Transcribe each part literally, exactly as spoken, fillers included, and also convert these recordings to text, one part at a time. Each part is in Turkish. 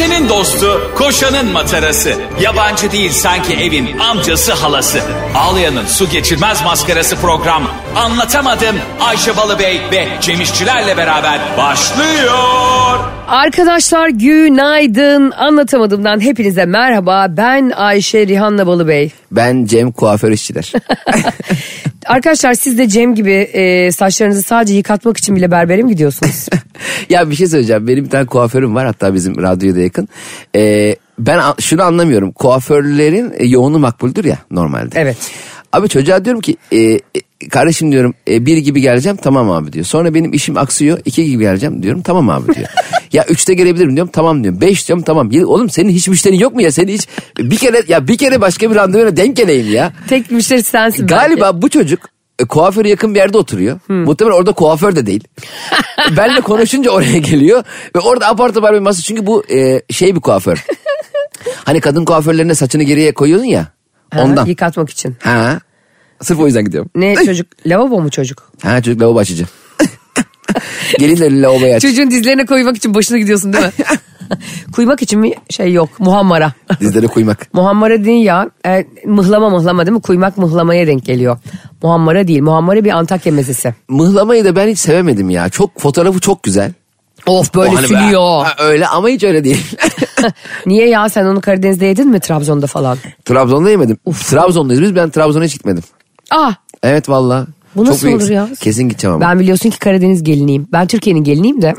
Ayşe'nin dostu, koşanın matarası. Yabancı değil sanki evin amcası halası. Ağlayan'ın su geçirmez maskarası program. Anlatamadım Ayşe Balıbey ve Cemişçilerle beraber başlıyor. Arkadaşlar günaydın. Anlatamadığımdan hepinize merhaba. Ben Ayşe Rihanna Balıbey. Ben Cem kuaför işçiler. Arkadaşlar siz de Cem gibi e, saçlarınızı sadece yıkatmak için bile berbere mi gidiyorsunuz? Ya bir şey söyleyeceğim. Benim bir tane kuaförüm var, hatta bizim radyoya da yakın. Ee, ben şunu anlamıyorum. Kuaförlerin yoğunu makbuldür ya normalde. Evet. Abi çocuğa diyorum ki e, kardeşim diyorum e, bir gibi geleceğim, tamam abi diyor. Sonra benim işim aksıyor, iki gibi geleceğim diyorum, tamam abi diyor. Ya üçte gelebilirim diyorum, tamam diyorum. Beş diyorum, tamam. Ya, oğlum senin hiç müşterin yok mu ya? Seni hiç bir kere ya bir kere başka bir randevuna denk geleyim ya. Tek müşteri sensin Galiba belki. Bu çocuk e, kuaföre yakın bir yerde oturuyor. Hmm. Muhtemelen orada kuaför de değil. Benle konuşunca oraya geliyor ve orada apar topar bir masa, çünkü bu e, şey bir kuaför. Hani kadın kuaförlerine saçını geriye koyuyorsun ya. Ha, ondan. Yıkatmak için. Ha. Sırf o yüzden gidiyorum. Ne çocuk? Lavabo mu çocuk? Ha, çocuk lavabo açıcı. Gelin de lavaboyu aç. Çocuğun dizlerine koymak için başına gidiyorsun değil mi? Kuymak için mi? Şey yok. Muhammara. Dizlerine kuymak. Muhammara değil ya. E, mıhlama mıhlama değil mi? Kuymak mıhlamaya denk geliyor. Muhammara değil. Muhammara bir Antakya mezesi. Mıhlamayı da ben hiç sevemedim ya. Çok fotoğrafı çok güzel. Of böyle hani sülüyor. Ha, öyle ama hiç öyle değil. Niye ya, sen onu Karadeniz'de yedin mi, Trabzon'da falan? Trabzon'da yemedim. Uf. Trabzon'dayız biz, ben Trabzon'a hiç gitmedim. Ah. Evet valla. Bu nasıl çok olur ya? Kesin gideceğim ama. Ben biliyorsun ki Karadeniz geliniyim. Ben Türkiye'nin geliniyim de.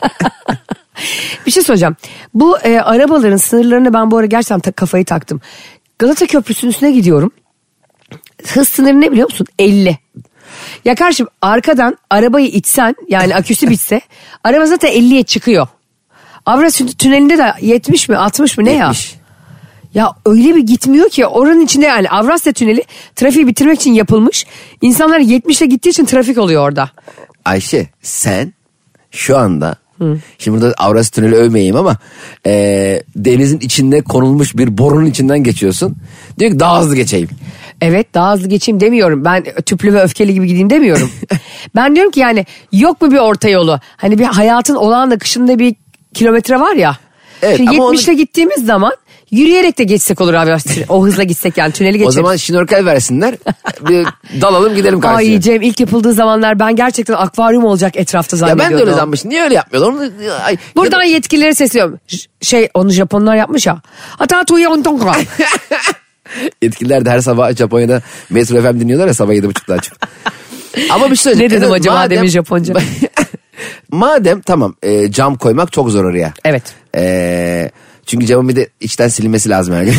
Bir şey soracağım. Bu e, arabaların sınırlarına ben bu ara gerçekten ta- kafayı taktım. Galata Köprüsü'nün üstüne gidiyorum. Hız sınırı ne biliyor musun? elli. Ya kardeşim, arkadan arabayı itsen, yani aküsü bitse araba zaten elliye çıkıyor. Avrasya Tüneli'nde de yetmiş mi altmış mı ne yetmiş. ya? Ya öyle bir gitmiyor ki oranın içinde, yani Avrasya Tüneli trafiği bitirmek için yapılmış. İnsanlar yetmişle gittiği için trafik oluyor orada. Ayşe sen şu anda, Hı. şimdi burada Avrasya Tüneli övmeyeyim ama e, denizin içinde konulmuş bir borunun içinden geçiyorsun. Diyor ki daha hızlı geçeyim. Evet, daha hızlı geçeyim demiyorum. Ben tüplü ve öfkeli gibi gideyim demiyorum. Ben diyorum ki yani yok mu bir orta yolu? Hani bir hayatın olağan akışında bir kilometre var ya. Evet, şimdi yetmişle onu... gittiğimiz zaman yürüyerek de geçsek olur abi. O hızla gitsek yani tüneli geçeriz. O zaman şnorkel versinler. Bir dalalım gidelim karşıya. Ay Cem, ilk yapıldığı zamanlar ben gerçekten akvaryum olacak etrafta zannediyordum. Ya ben de öyle zanmıştım. Niye öyle yapmıyorlar? Onu, ay, buradan ya... yetkililere sesliyorum. Şey, onu Japonlar yapmış ya. Hata tuya ontonka. Yetkililer de her sabah Japonya'da Metro F M dinliyorlar ya, sabah yedi buçukta açık. Ama bir şey söyleyeyim. Ne dedim evet, acaba madem, demin Japonca? Madem tamam e, cam koymak çok zor oraya. Evet. E, çünkü camın bir de içten silinmesi lazım her gün.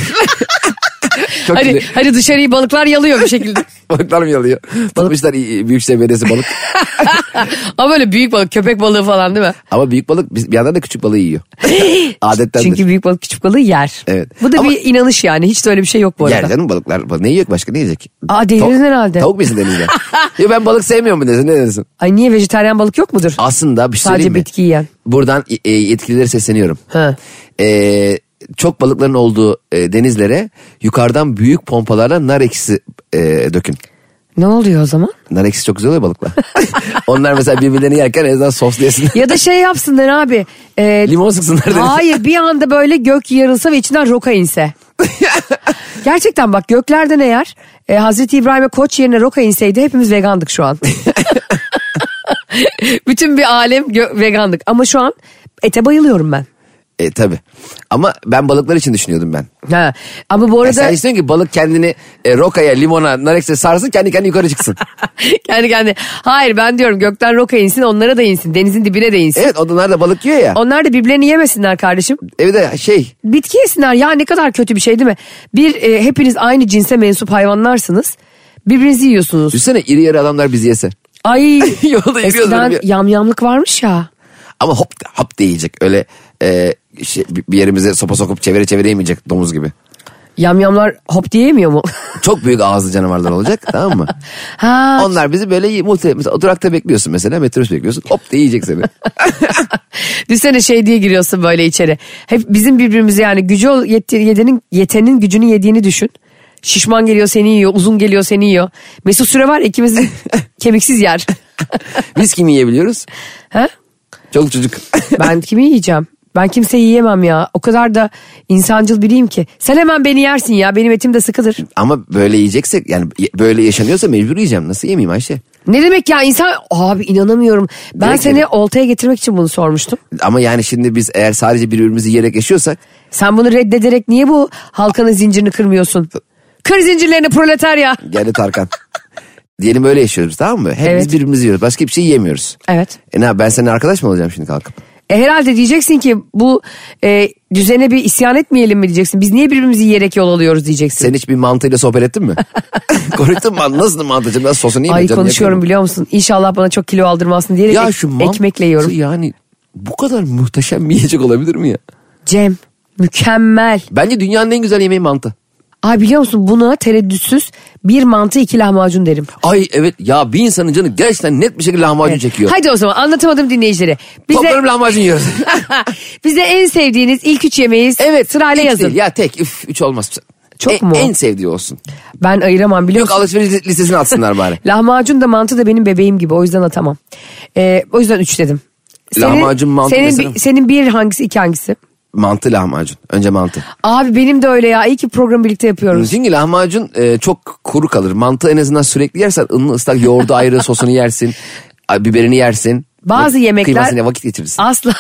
Hadi, hadi dışarıyı balıklar yalıyor bir şekilde. Balıklar mı yalıyor? Tutmuşlar Büyükşehir Belediyesi balık. Ama böyle büyük balık, köpek balığı falan değil mi? Ama büyük balık bir yandan da küçük balığı yiyor. Adettendir. Çünkü büyük balık küçük balığı yer. Evet. Bu da ama bir inanış yani. Hiç de öyle bir şey yok bu arada. Yer canım balıklar. Ne yiyor başka, ne yiyecek? Aa, delirdin herhalde. Tavuk mu yesin denizde? Ya ben balık sevmiyorum mu desin, ne dersin? Ay niye, vejetaryen balık yok mudur? Aslında bir şey söyleyeyim mi? Sadece bitki yiyen. Buradan e, yetkililere sesleniyorum. Ha. Eee... Çok balıkların olduğu e, denizlere yukarıdan büyük pompalarla nar ekşisi e, dökün. Ne oluyor o zaman? Nar ekşisi çok güzel oluyor balıkla. Onlar mesela birbirlerini yerken en azından soslu yesinler. Ya da şey yapsınlar abi. E, Limon sıksınlar denize. Hayır, bir anda böyle gök yarılsa ve içinden roka inse. Gerçekten bak, göklerden eğer e, Hazreti İbrahim'e koç yerine roka inseydi hepimiz vegandık şu an. Bütün bir alem gö- vegandık ama şu an ete bayılıyorum ben. E tabi. Ama ben balıklar için düşünüyordum ben. Ha. Ama bu arada... Ya sen istiyorsun ki balık kendini e, rokaya, limona, nar ekşisi sarsın, kendi kendine yukarı çıksın. kendi kendi. Hayır, ben diyorum gökten roka insin, onlara da insin. Denizin dibine de insin. Evet, onlar da balık yiyor ya. Onlar da birbirlerini yemesinler kardeşim. Evet de şey. Bitki yesinler ya, ne kadar kötü bir şey değil mi? Bir e, hepiniz aynı cinse mensup hayvanlarsınız. Birbirinizi yiyorsunuz. Düşünsene iri yarı adamlar bizi yese. Ay yolda eskiden ya. Yamyamlık varmış ya. Ama hop hop de yiyecek. Öyle e, şey, bir yerimize sopa sokup çevire çevire yemeyecek domuz gibi. Yamyamlar hop diye yemiyor mu? Çok büyük ağızlı canavarlar olacak, tamam mı? Ha. Onlar bizi böyle muhtemelen mesela durakta bekliyorsun mesela, metrobüs bekliyorsun, hop de yiyecek seni. Düşünsene şey diye giriyorsun böyle içeri. Hep bizim birbirimize yani gücü yetenin, yetenin gücünü yediğini düşün. Şişman geliyor seni yiyor, uzun geliyor seni yiyor. Mesut Süre var, ikimiz kemiksiz yer. Biz kimi yiyebiliyoruz? Ha? Çoluk çocuk. Ben kimi yiyeceğim? Ben kimseyi yiyemem ya. O kadar da insancıl biriyim ki. Sen hemen beni yersin ya. Benim etim de sıkıdır. Ama böyle yiyeceksek yani böyle yaşanıyorsa mecbur yiyeceğim. Nasıl yemeyeyim Ayşe? Ne demek ya insan... Abi inanamıyorum. Ben Direkt seni yerim. oltaya getirmek için bunu sormuştum. Ama yani şimdi biz eğer sadece birbirimizi yiyerek yaşıyorsak. Sen bunu reddederek niye bu halkanın zincirini kırmıyorsun? Kır zincirlerini proletarya. Geldi Tarkan. Diyelim öyle yaşıyoruz, tamam mı? Hep Evet. biz birbirimizi yiyoruz. Başka bir şey yiyemiyoruz. Evet. E ne yap- ben seninle arkadaş mı olacağım şimdi kalkıp? E herhalde diyeceksin ki bu e, düzene bir isyan etmeyelim mi diyeceksin. Biz niye birbirimizi yiyerek yol alıyoruz diyeceksin. Sen hiç bir mantıyla sohbet ettin mi? Konuştun mu? Nasıl mantıcım? Nasıl sosunu yiyeyim? Ay Canını konuşuyorum yakıyorum. biliyor musun? İnşallah bana çok kilo aldırmazsın diyerek Ya ek- şu mantı ekmekle yiyorum. yani bu kadar muhteşem bir yiyecek olabilir mi ya? Cem mükemmel. Bence dünyanın en güzel yemeği mantı. Ay biliyor musun buna tereddütsüz bir mantı iki lahmacun derim. Ay evet ya, bir insanın canı gerçekten net bir şekilde lahmacun Evet. çekiyor. Hadi o zaman anlatamadım dinleyicilere. Bize, Toplanıp lahmacun yiyoruz. bize en sevdiğiniz ilk üç yemeği sırayla Hiç yazın. değil. Ya tek üf, üç olmaz. Çok E- mu? En sevdiği olsun. Ben ayıramam biliyor Yok musun? alışveriş listesine atsınlar bari. Lahmacun da mantı da benim bebeğim gibi o yüzden atamam. Ee, o yüzden üç dedim. Lahmacun, mantı senin, mesela. bir- senin bir hangisi iki hangisi? Mantı lahmacun. Önce mantı. Abi benim de öyle ya. İyi ki programı birlikte yapıyoruz. Çünkü lahmacun e, çok kuru kalır. Mantı en azından sürekli yersen ınlı ıslak yoğurdu ayrı, sosunu yersin. ay, Biberini yersin. Bazı Ve yemekler kıymasıyla vakit geçirirsin. asla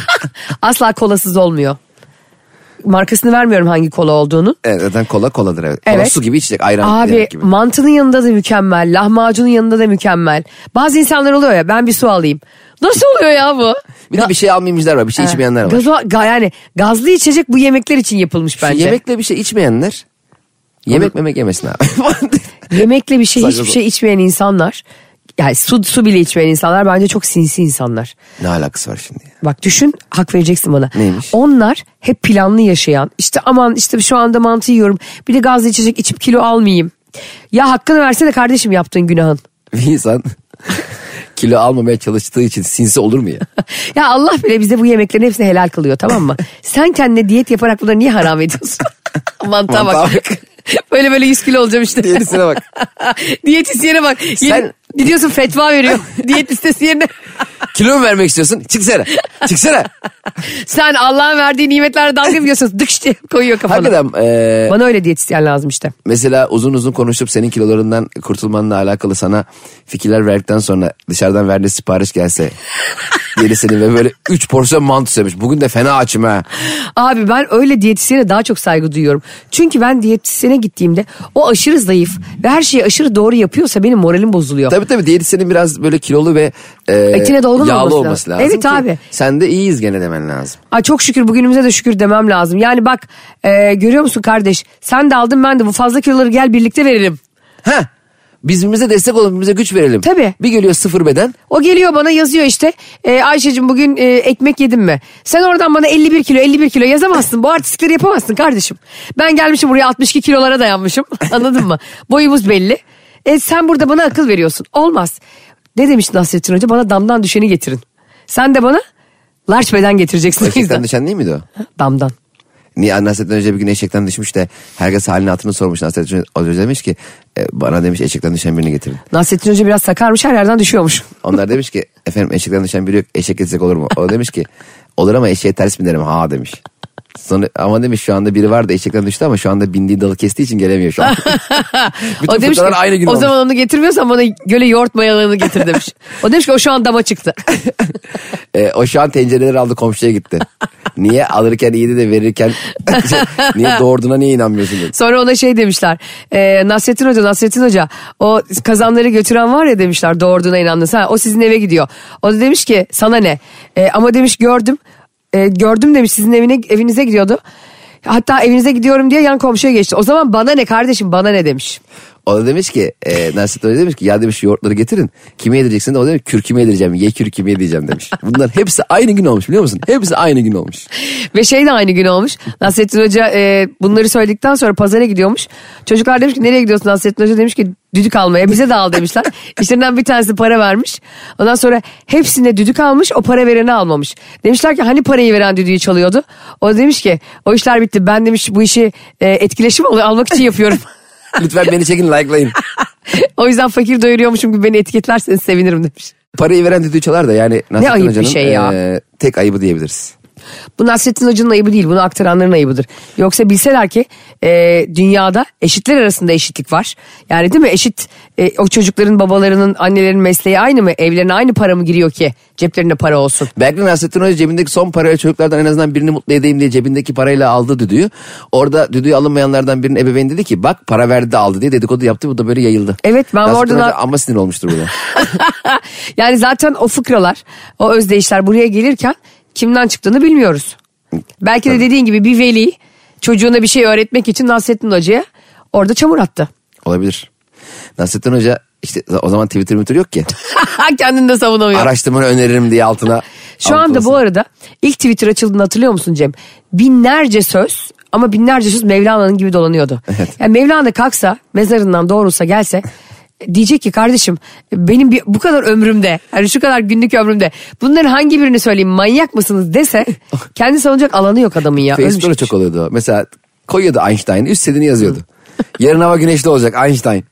asla kolasız olmuyor. Markasını vermiyorum hangi kola olduğunu. Evet, zaten kola koladır evet. Kola Evet. su gibi içecek, ayran Abi demek gibi. mantının yanında da mükemmel. Lahmacunun yanında da mükemmel. Bazı insanlar oluyor ya ben bir su alayım. Nasıl oluyor ya bu? Bir de bir şey almamışlar var, bir şey içmeyenler var. Gazo, ga, yani gazlı içecek bu yemekler için yapılmış Şu bence. yemekle bir şey içmeyenler yemek memek yemesin abi. Yemekle bir şey Saçma hiçbir sapan. şey içmeyen insanlar. Yani su, su bile içmeyen insanlar bence çok sinsi insanlar. Ne alakası var şimdi? Bak düşün hak vereceksin bana. Neymiş? Onlar hep planlı yaşayan işte aman işte şu anda mantı yiyorum bir de gazlı içecek içip kilo almayayım. Ya hakkını versene kardeşim yaptığın günahın. Bir insan kilo almamaya çalıştığı için sinsi olur mu ya? Ya Allah bile bize bu yemeklerin hepsini helal kılıyor tamam mı? Sen kendine diyet yaparak bunları niye haram ediyorsun? Mantığa bak. Mantığa bak. Böyle böyle yüz kilo olacağım işte. Diyetisine bak. Diyetisyene bak. Yeni- Sen- Gidiyorsun fetva veriyor. Diyet listesi yerine. Kilo mu vermek istiyorsun? Çıksana. Çıksana. Sen Allah'ın verdiği nimetlerle dalga mı geçiyorsun? Dıkş diye koyuyor kafana. Hakikaten e, Bana öyle diyetisyen lazım işte. mesela uzun uzun konuşup senin kilolarından kurtulmanla alakalı sana fikirler verdikten sonra dışarıdan verdiği sipariş gelse gerisini ve böyle üç porsiyon mantı söylemiş. Bugün de fena açım ha. Abi ben öyle diyetisyene daha çok saygı duyuyorum. Çünkü ben diyetisyene gittiğimde o aşırı zayıf ve her şeyi aşırı doğru yapıyorsa benim moralim bozuluyor. Tabii tabii diyetisyenin biraz böyle kilolu ve e, Etine dolgun yağlı olması olması lazım. lazım. Evet ki abi. Sen de iyiyiz gene demen lazım. Ay çok şükür bugünümüze de şükür demem lazım. Yani bak e, görüyor musun kardeş sen de aldın ben de bu fazla kiloları gel birlikte verelim. Heh. Biz birbirimize destek olalım, birbirimize güç verelim. Tabii. Bir geliyor sıfır beden. O geliyor bana yazıyor işte e, Ayşe'cim bugün e, ekmek yedim mi? Sen oradan bana elli bir kilo elli bir kilo yazamazsın. Bu artistlikleri yapamazsın kardeşim. Ben gelmişim buraya altmış iki kilolara dayanmışım. Anladın mı? Boyumuz belli. E, sen burada bana akıl veriyorsun. Olmaz. Ne demiş Nasrettin Hoca? Bana damdan düşeni getirin. Sen de bana large beden getireceksin. Eşekten düşen değil miydi o? Damdan. Niye Nasrettin Hoca bir gün eşekten düşmüş de herkes halini hatırını sormuş. Nasrettin Hoca demiş ki e, bana demiş eşekten düşen birini getirin. Nasrettin Hoca biraz sakarmış her yerden düşüyormuş. Onlar demiş ki efendim eşekten düşen biri yok, eşek getirsek olur mu? O demiş ki olur ama eşeğe ters binerim ha demiş. Sonra ama demiş şu anda biri var da eşekten düştü ama şu anda bindiği dalı kestiği için gelemiyor şu an. Bütün O demiş ki fıkralar aynı gün o olmuş. zaman onu getirmiyorsan bana göle yoğurt mayalığını getir demiş. O demiş ki o şu an dama çıktı. E, o şu an tencereleri aldı komşuya gitti. Niye alırken iyiydi de verirken niye doğurduğuna niye inanmıyorsun dedi. Sonra ona şey demişler. E, Nasrettin Hoca, Nasrettin Hoca o kazanları götüren var ya demişler doğurduğuna inandın. Ha, o sizin eve gidiyor. O da demiş ki sana ne? E, ama demiş gördüm. E, gördüm demiş sizin evine evinize gidiyordu. Hatta evinize gidiyorum diye yan komşuya geçti. O zaman bana ne kardeşim bana ne demiş. O da demiş ki e, Nasrettin Hoca demiş ki ya demiş yoğurtları getirin. Kime yedireceksin de o demiş kürküme yedireceğim. Ye kürküme yedireceğim demiş. Bunlar hepsi aynı gün olmuş biliyor musun? Hepsi aynı gün olmuş. Ve şey de aynı gün olmuş. Nasrettin Hoca e, bunları söyledikten sonra pazara gidiyormuş. Çocuklar demiş ki nereye gidiyorsun Nasrettin Hoca demiş ki düdük almaya bize de al demişler. İşlerinden bir tanesi para vermiş. Ondan sonra hepsine düdük almış o para vereni almamış. Demişler ki hani parayı veren düdüğü çalıyordu. O da demiş ki o işler bitti ben demiş bu işi e, etkileşim almak için yapıyorum. Lütfen beni çekin likelayın. O yüzden fakir doyuruyormuşum gibi beni etiketlerseniz sevinirim demiş. Parayı veren düdüğü çalar da yani Nasrettin ayıp bir Hoca'nın şey ya. e, tek ayıbı diyebiliriz. Bu Nasrettin Hoca'nın ayıbı değil, bunu aktaranların ayıbıdır. Yoksa bilseler ki e, dünyada eşitler arasında eşitlik var. Yani değil mi, eşit e, o çocukların babalarının, annelerinin mesleği aynı mı? Evlerine aynı para mı giriyor ki ceplerinde para olsun? Belki de Nasrettin Hoca cebindeki son parayla çocuklardan en azından birini mutlu edeyim diye cebindeki parayla aldı düdüğü. Orada düdüğü alınmayanlardan birinin ebeveyn dedi ki bak para verdi de aldı diye dedikodu yaptı, bu da böyle yayıldı. Evet, ben Nasrettin oradan... Hoca ama sinir olmuştur burada. Yani zaten o fıkralar, o özdeyişler buraya gelirken kimden çıktığını bilmiyoruz. Belki de dediğin gibi bir veli çocuğuna bir şey öğretmek için Nasrettin Hoca'ya orada çamur attı. Olabilir. Nasrettin Hoca işte o zaman Twitter Twitter yok ki. Kendini de savunamıyor. Araştırmanı öneririm diye altına. Şu anda olsun. Bu arada ilk Twitter açıldığını hatırlıyor musun Cem? Binlerce söz ama binlerce söz Mevlana'nın gibi dolanıyordu. Evet. Yani Mevlana kalksa, mezarından doğrulsa gelse diyecek ki kardeşim benim bir, bu kadar ömrümde, hani şu kadar günlük ömrümde bunların hangi birini söyleyeyim, manyak mısınız dese kendi savunacak alanı yok adamın ya. Facebook'ta çok oluyordu. Mesela koyuyordu Einstein, üstledini yazıyordu. Yarın hava güneşli olacak Einstein.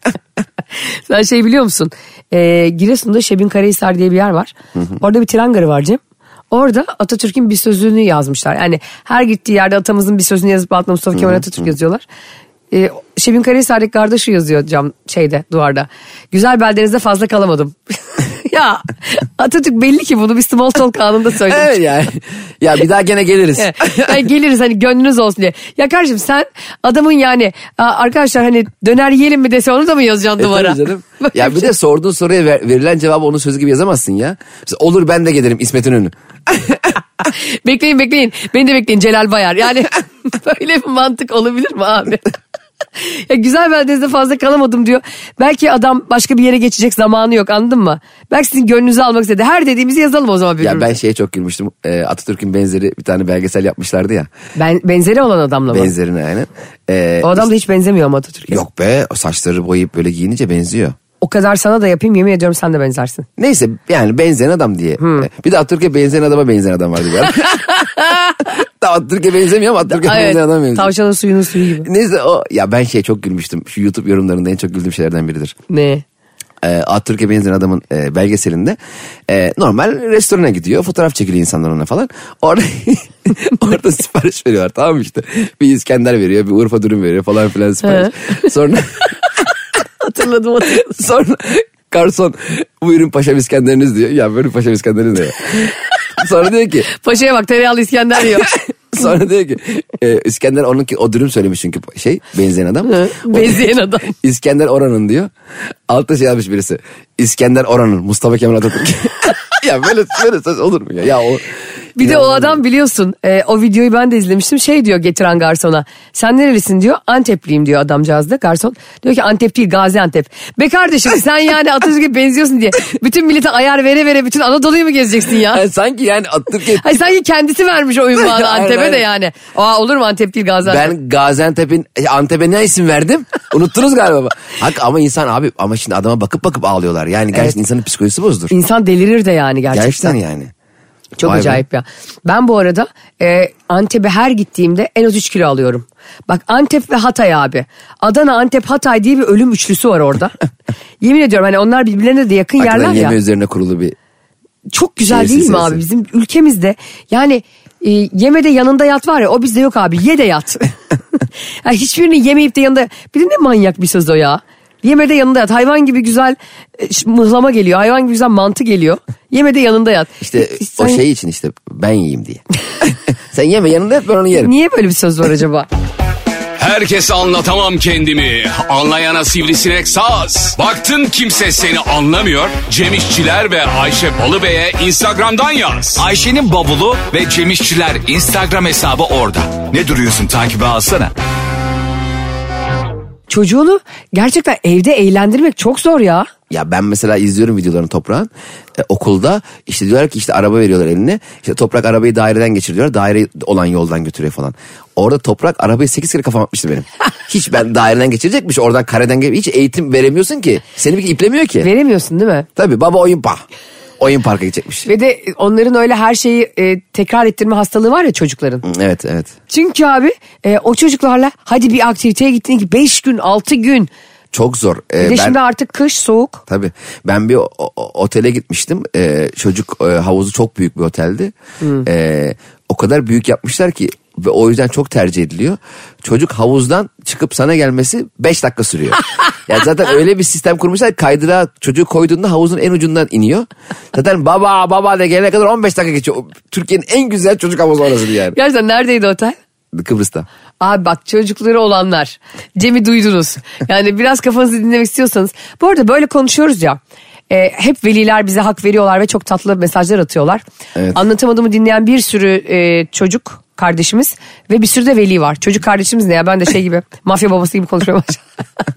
Sen şey biliyor musun? Ee, Giresun'da Şebinkarahisar diye bir yer var. Hı hı. Orada bir tren garı var Cem. Orada Atatürk'ün bir sözünü yazmışlar. Yani her gittiği yerde atamızın bir sözünü yazıp altına Mustafa Kemal Atatürk yazıyorlar. Ee, Şebinkarahisar'daki garda şu yazıyor cam şeyde, duvarda. Güzel beldenizde fazla kalamadım. Ya Atatürk belli ki bunu bir small talk anında söylemiş. Evet yani. Ya bir daha gene geliriz. Yani geliriz hani gönlünüz olsun diye. Ya kardeşim sen adamın yani arkadaşlar hani döner yiyelim mi dese onu da mı yazacaksın e, duvara? Canım. Ya bir de sorduğun soruya ver, verilen cevabı onun sözü gibi yazamazsın ya. Mesela, olur ben de gelirim İsmet İnönü. Bekleyin bekleyin. Beni de bekleyin Celal Bayar. Yani böyle bir mantık olabilir mi abi? Ya güzel beldenizde fazla kalamadım diyor. Belki adam başka bir yere geçecek zamanı yok, anladın mı? Belki sizin gönlünüzü almak istedi. Her dediğimizi yazalım o zaman birbirimize. Ya ben şeye çok gülmüştüm. Ee, Atatürk'ün benzeri bir tane belgesel yapmışlardı ya. Ben benzeri olan adamla mı? Benzerine yani. Ee, o adam işte, da hiç benzemiyor ama Atatürk'e. Yok be, o saçları boyayıp böyle giyinince benziyor. O kadar sana da yapayım, yemin ediyorum sen de benzersin. Neyse yani benzeyen adam diye. Hmm. Bir de Atatürk'e benzeyen adama benzeyen adam vardı. Atatürk'e benzemiyor ama Atatürk'e evet, benzeyen adam benziyor. Tavşanın suyunun suyu gibi. Neyse o ya, ben şey çok gülmüştüm. Şu YouTube yorumlarında en çok güldüğüm şeylerden biridir. Ne? E, Atatürk'e benzeyen adamın e, belgeselinde e, normal restorana gidiyor. Fotoğraf çekiliyor insanlar ona falan. Orada orada sipariş veriyorlar, tamam mı işte. Bir İskender veriyor, bir Urfa dürüm veriyor falan filan sipariş. Sonra hatırladım hatırladım. Sonra garson buyurun paşam İskenderiniz diyor. Ya böyle paşam İskenderiniz diyor. Sonra diyor ki. Paşaya bak, tereyağlı İskender diyor. Sonra diyor ki e, İskender onunki o dürüm söylemiş çünkü şey benzeyen adam. Benzeyen adam. İskender Oran'ın diyor. Altta şey yazmış birisi. İskender Oran'ın Mustafa Kemal Atatürk. Ya böyle böyle söz olur mu ya? Ya o. Bir de o adam biliyorsun e, o videoyu ben de izlemiştim, şey diyor getiren garsona, sen nerelisin diyor, Antepliyim diyor adamcağız da, garson diyor ki Antep değil Gaziantep. Be kardeşim sen yani Atatürk'e benziyorsun diye bütün millete ayar vere vere bütün Anadolu'yu mu gezeceksin ya? Yani sanki yani Atatürk'e. Hayır, sanki kendisi vermiş o ünvanı Antep'e de yani. Aa, olur mu Antep değil Gaziantep? Ben Gaziantep'in Antep'e ne isim verdim? Unuttunuz galiba. Hak ama insan abi, ama şimdi adama bakıp bakıp ağlıyorlar. Yani gerçekten evet. insanın psikolojisi bozdur. İnsan delirir de yani gerçekten. Gerçekten yani. Çok Vay acayip be. ya. Ben bu arada e, Antep'e her gittiğimde en az üç kilo alıyorum. Bak Antep ve Hatay abi. Adana, Antep, Hatay diye bir ölüm üçlüsü var orada. Yemin ediyorum hani onlar birbirlerine de yakın Hakikaten yerler ya. yeme üzerine kurulu bir. Çok güzel değil mi abi bizim ülkemizde yani e, yemede yanında yat var ya, o bizde yok abi, ye de yat. Yani hiçbirini yemeyip de yanında, bir de ne manyak bir söz o ya. Yemede yanında yat. Hayvan gibi güzel e, mıhlama geliyor. Hayvan gibi güzel mantı geliyor. Yemede yanında yat. İşte Sen... o şey için işte ben yiyeyim diye. Sen yeme yanında yat, ben onu yerim. Niye böyle bir söz var acaba? Herkese anlatamam kendimi. Anlayana sivrisinek saz. Baktın kimse seni anlamıyor. Cem İşçiler ve Ayşe Balıbey'e Instagram'dan yaz. Ayşe'nin bavulu ve Cem İşçiler Instagram hesabı orada. Ne duruyorsun, takibe alsana. Çocuğunu gerçekten evde eğlendirmek çok zor ya. Ya ben mesela izliyorum videolarını Toprak'ın. Ee, okulda işte diyorlar ki işte araba veriyorlar eline. İşte Toprak arabayı daireden geçiriyor. Daire olan yoldan götürüyor falan. Orada Toprak arabayı sekiz kere kafam atmıştı benim. Hiç ben daireden geçirecekmiş, oradan kareden geçirecek. Hiç eğitim veremiyorsun ki. Seni bir iplemiyor ki. Veremiyorsun değil mi? Tabii baba oyun pa. Oyun parka gidecekmiş. Ve de onların öyle her şeyi e, tekrar ettirme hastalığı var ya çocukların. Evet evet. Çünkü abi e, o çocuklarla hadi bir aktiviteye gittin ki beş gün altı gün. Çok zor. Ee, bir de ben, şimdi artık kış soğuk. Tabii. Ben bir o, o, otele gitmiştim. Ee, çocuk e, havuzu çok büyük bir oteldi. Hmm. Ee, o o kadar büyük yapmışlar ki ve o yüzden çok tercih ediliyor. Çocuk havuzdan çıkıp sana gelmesi beş dakika sürüyor. Yani zaten öyle bir sistem kurmuşlar, kaydırağa çocuğu koyduğunda havuzun en ucundan iniyor. Zaten baba baba de gelene kadar on beş dakika geçiyor. Türkiye'nin en güzel çocuk havuzu orası yani. Gerçekten neredeydi otel? Kıbrıs'ta. Abi bak, çocukları olanlar, Cem'i duydunuz. Yani biraz kafanızı dinlemek istiyorsanız. Bu arada böyle konuşuyoruz ya. E, hep veliler bize hak veriyorlar ve çok tatlı mesajlar atıyorlar. Evet. Anlatamadığımı dinleyen bir sürü e, çocuk kardeşimiz ve bir sürü de veli var. Çocuk kardeşimiz ne ya, ben de şey gibi mafya babası gibi konuşmaya başladım.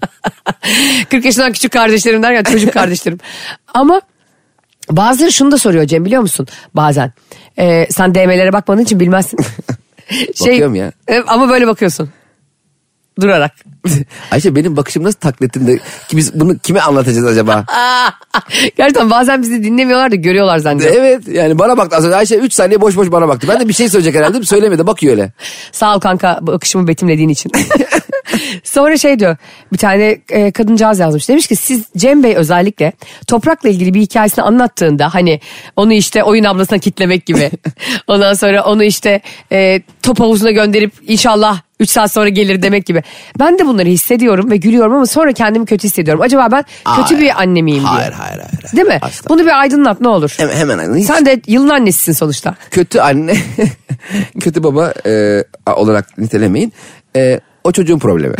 kırk yaşından küçük kardeşlerim derken çocuk kardeşlerim. Ama bazıları şunu da soruyor Cem, biliyor musun? Bazen e, sen D M'lere bakmadığın için bilmezsin. şey, Bakıyorum ya. E, ama böyle bakıyorsun. Durarak. Ayşe, benim bakışım nasıl taklitinde ki biz bunu kime anlatacağız acaba? Gerçekten bazen bizi dinlemiyorlar da görüyorlar zannediyorum. Evet, yani bana baktı az önce Ayşe üç saniye boş boş bana baktı. Ben de bir şey söyleyecek herhalde, söylemedi, bakıyor öyle. Sağ ol kanka, bakışımı betimlediğin için. Sonra şey diyor, bir tane e, kadıncağız yazmış. Demiş ki siz Cem Bey özellikle Toprak'la ilgili bir hikayesini anlattığında, hani onu işte oyun ablasına kitlemek gibi. Ondan sonra onu işte e, top havuzuna gönderip inşallah üç saat sonra gelir demek gibi. Ben de bunları hissediyorum ve gülüyorum ama sonra kendimi kötü hissediyorum. Acaba ben hayır, kötü bir anne miyim diye. Hayır hayır hayır. Değil mi? Asla. Bunu bir aydınlat ne olur. Hemen hemen aydınlat. Sen de yılın annesisin sonuçta. Kötü anne, kötü baba e, olarak nitelemeyin. E, o çocuğun problemi.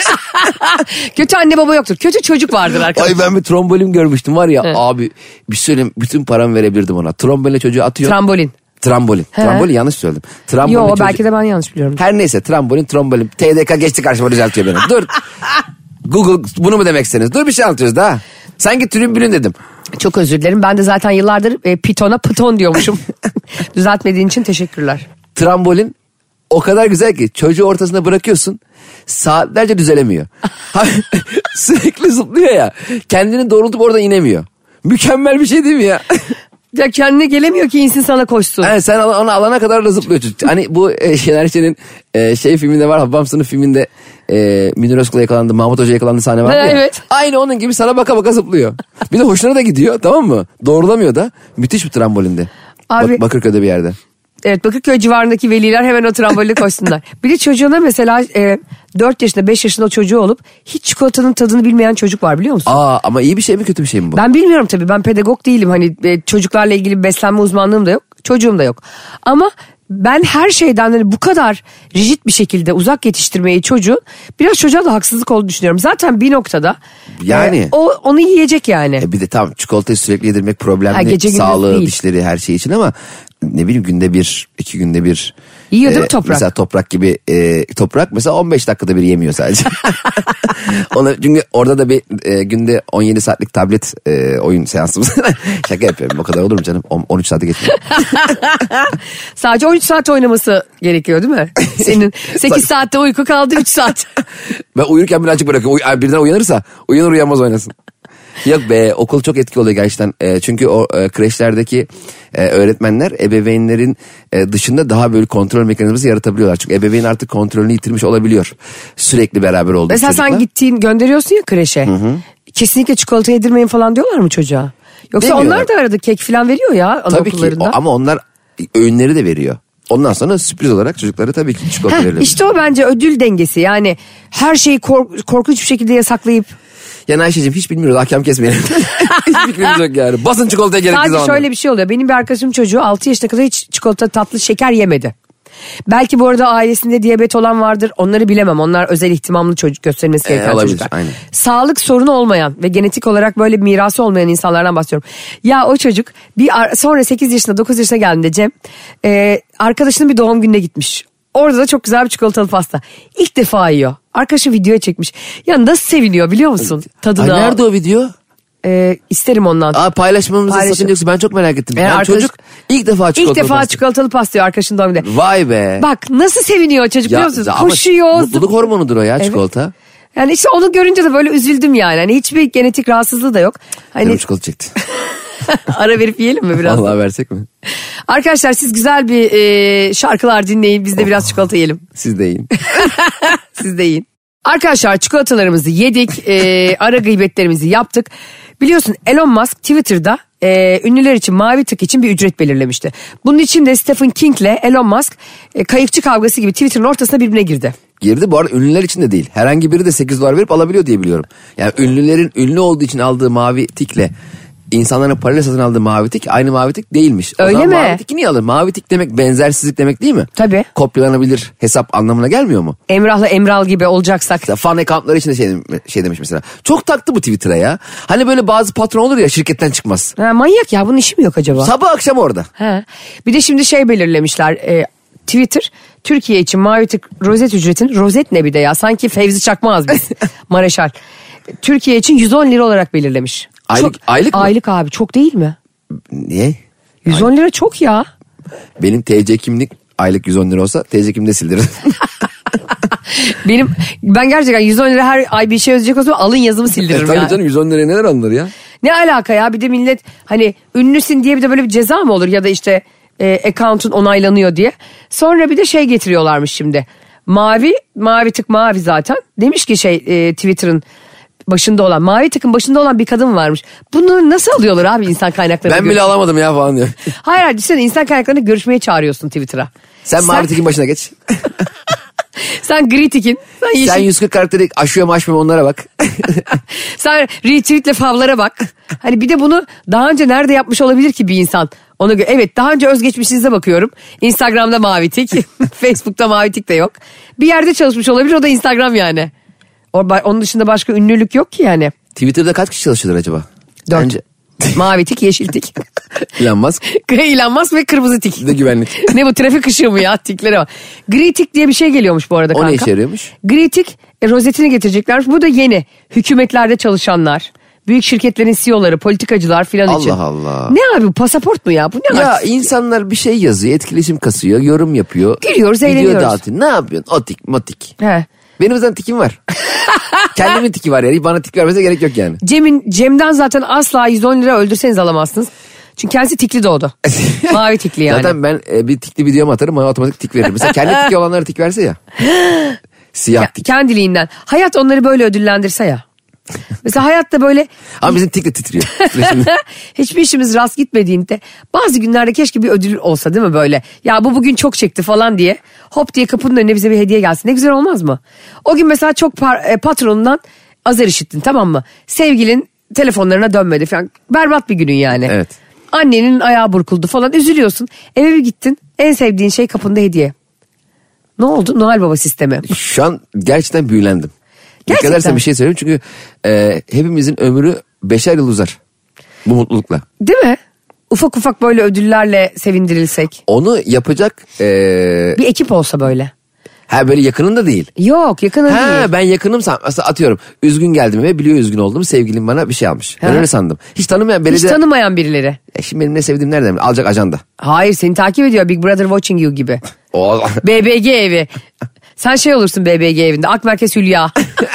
Kötü anne baba yoktur. Kötü çocuk vardır arkadaşlar. Ay ben bir trombolin görmüştüm var ya, evet. Abi bir söyleyeyim, bütün paramı verebilirdim ona. Trombolinle çocuğu atıyor. Trambolin. Trambolin. He. Trambolin yanlış söyledim. Trambolin Yo çocuk... belki de ben yanlış biliyorum. Her neyse, trambolin, trombolin. T D K geçti karşıma, düzeltiyor beni. Dur. Google bunu mu demek istediniz? Dur, bir şey anlatıyoruz daha. Sanki tribünün dedim. Çok özür dilerim. Ben de zaten yıllardır e, pitona piton diyormuşum. Düzeltmediğin için teşekkürler. Trambolin o kadar güzel ki çocuğu ortasına bırakıyorsun, saatlerce düzelemiyor. Sürekli zıplıyor ya. Kendini doğrultup orada inemiyor. Mükemmel bir şey değil mi ya? Ya kendine gelemiyor ki insin sana koşsun. Yani sen onu alana kadar da zıplıyor çocuk. Hani bu e, Şener Şen'in e, şey filminde var, Hababam Sınıf filminde e, Münir Özkul'a yakalandı, Mahmut Hoca yakalandı sahne var ya. Evet. Aynı onun gibi sana baka baka zıplıyor. Bir de hoşuna da gidiyor, tamam mı? Doğrulamıyor da. Müthiş bir trambolinde. Abi, Bak, Bakırköy'de bir yerde. Evet, Bakırköy civarındaki veliler hemen o tramboline koşsunlar. Bir de çocuğuna mesela e, dört yaşında beş yaşında çocuğu olup hiç çikolatanın tadını bilmeyen çocuk var, biliyor musun? Aa, ama iyi bir şey mi kötü bir şey mi bu? Ben bilmiyorum tabii, ben pedagog değilim, hani e, çocuklarla ilgili bir beslenme uzmanlığım da yok, çocuğum da yok. Ama ben her şeyden hani bu kadar rigid bir şekilde uzak yetiştirmeyi çocuğun, biraz çocuğa da haksızlık olduğunu düşünüyorum. Zaten bir noktada yani e, o onu yiyecek yani. E bir de tam çikolatayı sürekli yedirmek problemli, Ha, gece gündüz sağlığı, değil. dişleri, her şey için, ama ne bileyim günde bir, iki günde bir. Yiyor değil mi Toprak? Mesela Toprak gibi, e, Toprak mesela on beş dakikada bir yemiyor sadece. Ona, çünkü orada da bir e, günde on yedi saatlik tablet e, oyun seansımız. Şaka yapıyorum, o kadar olur mu canım? on üç saate geçmiyor. Sadece on üç saat oynaması gerekiyor değil mi? Senin sekiz saatte uyku kaldı, üç saat. Ben uyurken bile açık bırakıyorum. Uy- birden uyanırsa uyanır uyanmaz oynasın. Yok be, okul çok etki oluyor gerçekten. E, çünkü o e, kreşlerdeki e, öğretmenler ebeveynlerin e, dışında daha böyle kontrol mekanizması yaratabiliyorlar. Çünkü ebeveyn artık kontrolünü yitirmiş olabiliyor. Sürekli beraber olduğu Mesela çocukla. sen gittiğin gönderiyorsun ya kreşe. Hı hı. Kesinlikle çikolata yedirmeyin falan diyorlar mı çocuğa? Yoksa Demiyorlar. onlar da arada kek falan veriyor ya Tabii ki anaokullarında. o, ama onlar öğünleri de veriyor. Ondan sonra sürpriz olarak çocuklara tabii ki çikolata Heh, verilir. İşte o bence ödül dengesi, yani her şeyi kork- korkunç bir şekilde yasaklayıp. Yani Ayşe'cim hiç bilmiyoruz, hakem kesmeyelim. Hiç fikrimiz yok yani. Basın çikolataya gerektiği Sadece zaman. şöyle bir şey oluyor. Benim bir arkadaşım çocuğu altı yaşına kadar hiç çikolata, tatlı, şeker yemedi. Belki bu arada ailesinde diyabet olan vardır. Onları bilemem. Onlar özel ihtimamlı çocuk, gösterilmesi gereken Ee, olabilir, çocuklar. aynen. Sağlık sorunu olmayan ve genetik olarak böyle mirası olmayan insanlardan bahsediyorum. Ya o çocuk bir ar- sonra sekiz yaşında dokuz yaşına geldiğinde Cem e, arkadaşının bir doğum gününe gitmiş. Orada da çok güzel bir çikolatalı pasta. İlk defa yiyor. Arkadaşı videoya çekmiş. Ya nasıl seviniyor biliyor musun? Tadını Ay, al. nerede o video? E, isterim ondan. Aa, paylaşmamızı Paylaşım. sakıncası, ben çok merak ettim. Yani Yani arkadaş- çocuk ilk defa çikolatalı İlk defa pasta. çikolatalı pasta yiyor arkadaşının doğum gününde. Vay be. Bak nasıl seviniyor çocuk, biliyor musunuz? ama Koşuyor. mutluluk hormonudur o ya, Evet. çikolata. Yani işte onu görünce de böyle üzüldüm yani. Hani hiçbir genetik rahatsızlığı da yok. Hani Canım çikolata çekti. ara verip yiyelim mi biraz? Vallahi versek mi? Arkadaşlar siz güzel bir e, şarkılar dinleyin. Biz de biraz çikolata yiyelim. Siz de yiyin. Siz de yiyin. Arkadaşlar çikolatalarımızı yedik. E, ara gıybetlerimizi yaptık. Biliyorsun Elon Musk Twitter'da e, ünlüler için mavi tık için bir ücret belirlemişti. Bunun için de Stephen King'le Elon Musk e, kayıkçı kavgası gibi Twitter'ın ortasına birbirine girdi. Girdi, bu arada ünlüler için de değil. Herhangi biri de sekiz dolar verip alabiliyor diye biliyorum. Yani ünlülerin ünlü olduğu için aldığı mavi tikle insanların parayla satın aldığı mavi tik aynı mavi tik değilmiş. O Öyle zaman mi? Mavi tiki niye alır? Mavi tik demek benzersizlik demek değil mi? Tabii. Kopyalanabilir hesap anlamına gelmiyor mu? Emrah'la Emral gibi olacaksak. Mesela fan accountları için de şey, şey demiş mesela. Çok taktı bu Twitter'a ya. Hani böyle bazı patron olur ya, şirketten çıkmaz. Ha, manyak ya, bunun işi mi yok acaba? Sabah akşam orada. Ha. Bir de şimdi şey belirlemişler. E, Twitter Türkiye için mavi tık rozet ücretin, rozet ne bir de ya, sanki Fevzi Çakmaz biz Mareşal. Türkiye için yüz on lira olarak belirlemiş. Aylık- çok, aylık mı? Aylık abi, çok değil mi? Niye? yüz on lira çok ya. Benim T C kimlik aylık yüz on lira olsa T C kimliği sildirir. Benim ben gerçekten yüz on lira her ay bir şey ödeyecek olsam alın yazımı sildiririm e, tabii yani. canım, yüz on liraya neler alınır ya? Ne alaka ya, bir de millet hani ünlüsün diye bir de böyle bir ceza mı olur ya da işte e, account'un onaylanıyor diye. Sonra bir de şey getiriyorlarmış şimdi. Mavi, mavi tık mavi zaten. Demiş ki şey e, Twitter'ın başında olan, mavi tıkın başında olan bir kadın varmış. Bunu nasıl alıyorlar abi insan kaynaklarına? Ben bile görüş- alamadım ya falan diyor. Hayır hayır, düşünsene, insan kaynaklarını görüşmeye çağırıyorsun Twitter'a. Sen mavi tikin başına geç. Sen gri tikin. Sen yeşil. Sen yüz kırk karakteri aşıyor mu aşmıyor mu onlara bak. Sen retweetle favlara bak. Hani bir de bunu daha önce nerede yapmış olabilir ki bir insan? Ona göre evet, daha önce özgeçmişinize bakıyorum. Instagram'da mavi tik, Facebook'ta mavi tik de yok. Bir yerde çalışmış olabilir, o da Instagram yani. O, onun dışında başka ünlülük yok ki yani. Twitter'da kaç kişi çalışıyorlar acaba? Dört. Bence Mavi tik, yeşil tik. Elon Musk Elon Musk ve kırmızı tik. bir de güvenlik. Ne bu, trafik ışığı mı ya, tiklere bak. Gri tik diye bir şey geliyormuş bu arada O kanka. ne işe yarıyormuş? Gri tik e, rozetini getireceklermiş. Bu da yeni. Hükümetlerde çalışanlar, büyük şirketlerin C E O'ları, politikacılar filan Allah için. Allah. Ne abi bu, pasaport mu ya? Bu ne Ya artist? insanlar bir şey yazıyor, etkileşim kasıyor, yorum yapıyor. Gülüyoruz, video eğleniyoruz. dağıtıyor. Ne yapıyorsun? O tik, motik. He. Benim zaten tikim var. Kendimin tiki var yani. Bana tik vermese gerek yok yani. Cem'in Cem'den zaten asla yüz on lira öldürseniz alamazsınız. Çünkü kendisi tikli doğdu. Mavi tikli yani. Zaten ben e, bir tikli videomu atarım, bana otomatik tik verir. Mesela kendi tiki olanlara tik verse ya. Siyah Ya, tik. kendiliğinden. Hayat onları böyle ödüllendirse ya. Mesela hayatta böyle Ama bizim tik de titriyor. hiçbir işimiz rast gitmediğinde bazı günlerde keşke bir ödül olsa değil mi böyle? Ya bu bugün çok çekti falan diye hop diye kapının önüne bize bir hediye gelsin. Ne güzel olmaz mı? O gün mesela çok par- e, patronundan azar işittin, tamam mı? Sevgilin telefonlarına dönmedi falan. Berbat bir günün yani. Evet. Annenin ayağı burkuldu falan, üzülüyorsun. Eve bir gittin, en sevdiğin şey kapında hediye. Ne oldu? Noel Baba sistemi. Şu an gerçekten büyülendim. Gerçekten. Dikkat edersen bir şey söyleyeyim çünkü e, hepimizin ömrü beşer yıl uzar. Bu mutlulukla. Değil mi? Ufak ufak böyle ödüllerle sevindirilsek. Onu yapacak e, Bir ekip olsa böyle. ha böyle yakının da değil. Yok, yakın Ha değil. ben yakınım san. Mesela atıyorum üzgün geldim ve biliyor üzgün olduğumu, sevgilim bana bir şey almış. Ben Ha. öyle sandım. Hiç tanımayan Hiç belediye. tanımayan birileri. E şimdi benim ne sevdiğim nereden bilir? Alacak ajanda. Hayır, seni takip ediyor, Big Brother Watching You gibi. O B B G evi. Sen şey olursun B B G evinde. Ak Merkez Hülya.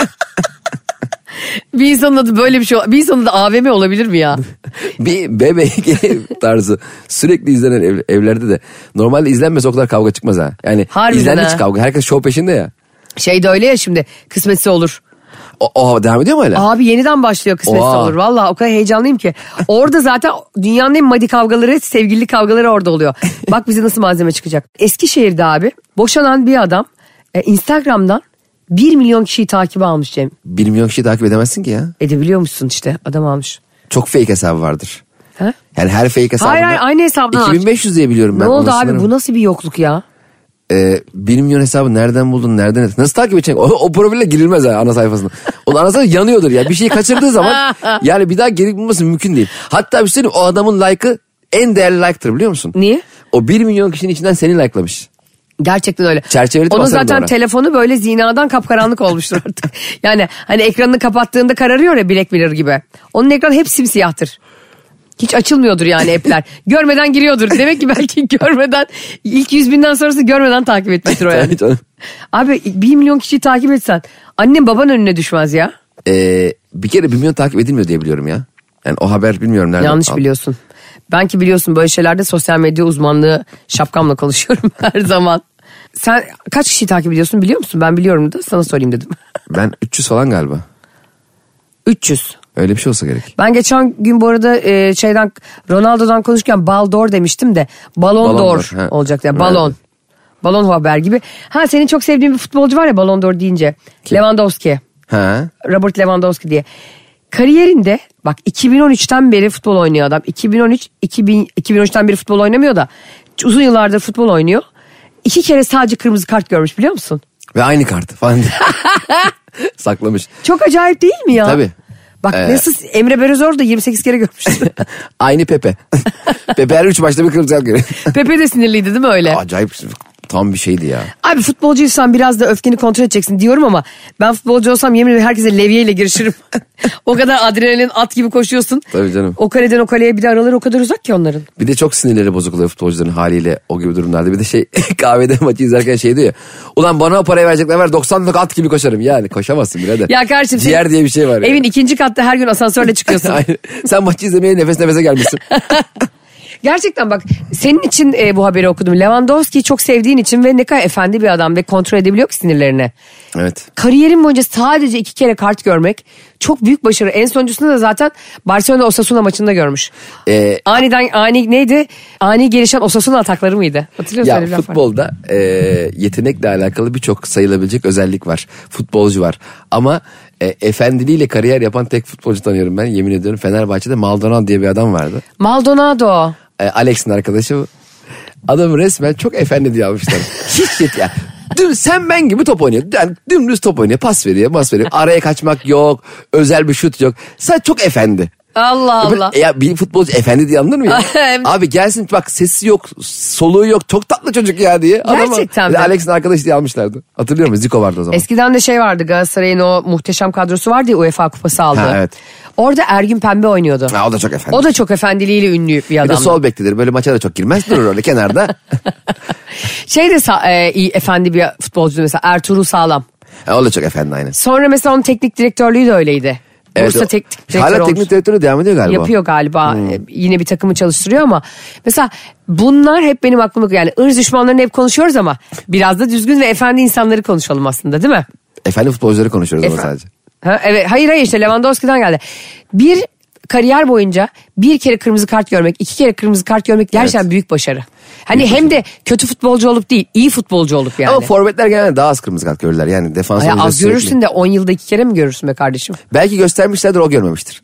Bir insanın adı böyle bir şey. Bir insanın adı A V M olabilir mi ya? bir B B G tarzı sürekli izlenen ev- evlerde de normalde izlenmese o kadar kavga çıkmaz ha. Yani Harbiden izlenmiş ha. kavga. Herkes şov peşinde ya. Şey de öyle ya şimdi. Kısmetse olur. O, o devam ediyor mu hala? Abi yeniden başlıyor kısmetse Oha. olur. Vallahi o kadar heyecanlıyım ki. Orada zaten dünyanın en madi kavgaları, sevgili kavgaları orada oluyor. Bak bize nasıl malzeme çıkacak. Eskişehir'de abi boşanan bir adam e, Instagram'dan bir milyon kişiyi takibe almış Cem. Bir milyon kişiyi takip edemezsin ki ya. Edebiliyormuşsun işte, adam almış. Çok fake hesabı vardır. Ha? Yani her fake hesabında. Hayır hayır, aynı hesabdan almış. iki bin beş yüz diye biliyorum ben. Ne oldu Onu abi, sanırım. bu nasıl bir yokluk ya? Ee, bir milyon hesabı nereden buldun, nereden, nasıl takip edeceksin? O, o profille girilmez ha ana sayfasına. Onun ana sayfası yanıyordur ya. Bir şeyi kaçırdığı zaman yani bir daha geri bulması mümkün değil. Hatta bir şey söyleyeyim, o adamın like'ı en değerli like'tır biliyor musun? Niye? O bir milyon kişinin içinden seni like'lamış. Gerçekten öyle. Çerçeveletip Onun asarım zaten duvara. telefonu böyle zinadan kapkaranlık olmuştur artık. Yani hani ekranını kapattığında kararıyor ya, Black Mirror gibi. Onun ekranı hep simsiyahtır. Hiç açılmıyordur yani app'ler. Görmeden giriyordur. Demek ki belki görmeden, ilk yüz binden sonrası görmeden takip etmiştir o yani. Tabii canım. Abi bir milyon kişiyi takip etsen annen baban önüne düşmez ya. Ee, bir kere bir milyon takip edilmiyor diye biliyorum ya. Yani o haber bilmiyorum nereden. Yanlış aldım. biliyorsun. Ben ki biliyorsun böyle şeylerde sosyal medya uzmanlığı şapkamla konuşuyorum her zaman. Sen kaç kişiyi takip ediyorsun biliyor musun? Ben biliyorum da sana sorayım dedim. Ben üç yüz falan galiba. üç yüz. Öyle bir şey olsa gerek. Ben geçen gün bu arada e, şeyden Ronaldo'dan konuşurken Baldor demiştim de Ballon d'Or olacak ya. Balon. Evet. Balon haber gibi. Ha senin çok sevdiğin bir futbolcu var ya Ballon d'Or deyince. Kim? Lewandowski. Ha. Robert Lewandowski diye. Kariyerinde bak iki bin on üçten beri futbol oynuyor adam. iki bin on üç iki bin iki bin on üçten beri futbol oynamıyor da uzun yıllardır futbol oynuyor. İki kere sadece kırmızı kart görmüş biliyor musun? Ve aynı kartı falan saklamış. Çok acayip değil mi ya? Tabii. Bak ee... nasıl Emre Belözoğlu da yirmi sekiz kere görmüş. Aynı Pepe. Pepe her üç maçta bir kırmızı kart görüyor. Pepe de sinirliydi değil mi öyle? Acayip tam bir şeydi ya. Abi futbolcuysan biraz da öfkeni kontrol edeceksin diyorum ama ben futbolcu olsam yemin ederim herkese levyeyle girişirim. O kadar adrenalin at gibi koşuyorsun. Tabii canım. O kaleden o kaleye bir de araları o kadar uzak ki onların. Bir de çok sinirleri bozuk oluyor futbolcuların haliyle o gibi durumlarda. Bir de şey kahvede maçı izlerken şey diyor ya. Ulan bana o parayı verecekler var doksanlık at gibi koşarım. Yani koşamazsın birader. Ya kardeşim. Ciğer diye bir şey var. Evin yani. ikinci katta her gün asansörle çıkıyorsun. Sen maçı izlemeye nefes nefese gelmişsin. Gerçekten bak senin için e, bu haberi okudum. Lewandowski'yi çok sevdiğin için ve ne kadar efendi bir adam ve kontrol edebiliyor ki sinirlerini. Evet. Kariyerin boyunca sadece iki kere kart görmek çok büyük başarı. En sonuncusunda da zaten Barcelona Osasuna maçında görmüş. Ee, Aniden ani neydi? Ani gelişen Osasuna atakları mıydı? Hatırlıyor musun? Ya futbolda e, yetenekle alakalı birçok sayılabilecek özellik var. Futbolcu var. Ama e, efendiliğiyle kariyer yapan tek futbolcu tanıyorum ben. Yemin ediyorum Fenerbahçe'de Maldonado diye bir adam vardı. Maldonado. E, Alex'in arkadaşı bu. Adamı resmen çok efendi diye almışlar. Hiç yet ya. Dün sen ben gibi top oynuyor. Yani dümdüz top oynuyor. Pas veriyor, pas veriyor. Araya kaçmak yok. Özel bir şut yok. Sen çok efendi. Allah Allah. Ya, ya bir futbolcu efendi diye anladın mı ya? Abi gelsin bak sesi yok, soluğu yok. Çok tatlı çocuk ya diye. Gerçekten mi? Alex'in arkadaşı diye almışlardı. Hatırlıyor musun? Zico vardı o zaman. Eskiden de şey vardı. Galatasaray'ın o muhteşem kadrosu vardı ya UEFA kupası aldı. Ha, evet. Orada Ergün Pembe oynuyordu. Ha, o da çok efendi. O da çok efendiliğiyle ünlü bir adam. Bir de sol beklidir. Böyle maça da çok girmez. Durur öyle kenarda. Şey de e, iyi efendi bir futbolcu mesela Ertuğrul Sağlam. Ha, o da çok efendi aynen. Sonra mesela onun teknik direktörlüğü de öyleydi. Evet, Bursa teknik direktör hala olmuş. teknik direktörü devam ediyor galiba. Yapıyor galiba. Hmm. Yine bir takımı çalıştırıyor ama mesela bunlar hep benim aklıma yani ırz düşmanlarını hep konuşuyoruz ama biraz da düzgün ve efendi insanları konuşalım aslında değil mi? Efendi futbolcuları konuşuyoruz Efe- ama sadece. Ha, evet, hayır hayır işte Lewandowski'den geldi. Bir kariyer boyunca bir kere kırmızı kart görmek, iki kere kırmızı kart görmek gerçekten evet. büyük başarı. Hani büyük hem başarı. De kötü futbolcu olup değil, iyi futbolcu olup yani. Ama forvetler genelde daha az kırmızı kart görürler. Yani defans Ay, az sürekli... görürsün de on yılda iki kere mi görürsün be kardeşim? Belki göstermişlerdir o görmemiştir.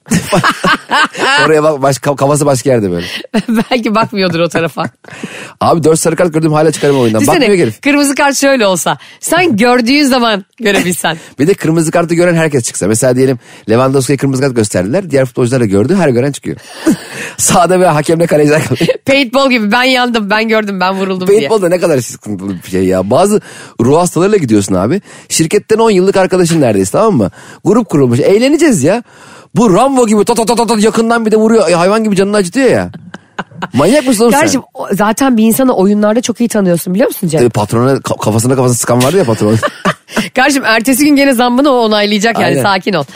Oraya bak, baş, kafası başka yerde böyle. Belki bakmıyordur o tarafa. Abi dört sarı kart gördüm hala çıkarım oyundan. Düşünsene, bakmıyor herif. Kırmızı kart şöyle olsa. Sen gördüğün zaman görebilsen. Bir de kırmızı kartı gören herkes çıksa. Mesela diyelim Lewandowski'ye kırmızı kart gösterdiler. Diğer futbolcular da gördü. Her gören çıkıyor. Sağda böyle hakemle kaleciler kalıyor. Paintball gibi ben yandım, ben gördüm, ben vuruldum diye. Paintball da ne kadar sıkıntılı bir şey ya. Bazı ruh hastalarıyla gidiyorsun abi. Şirketten on yıllık arkadaşın neredeyse, tamam mı? Grup kurulmuş. Eğleneceğiz ya. Bu Rambo gibi tot tot tot tot yakından bir de vuruyor. Hayvan gibi canını acıtıyor ya. Manyak mısın oğlum Gerçi sen? zaten bir insanı oyunlarda çok iyi tanıyorsun biliyor musun Cem? Tabii patrona kafasına kafasına sıkan vardı ya patron. Kardeşim ertesi gün gene zammını o onaylayacak yani. Aynen. Sakin ol.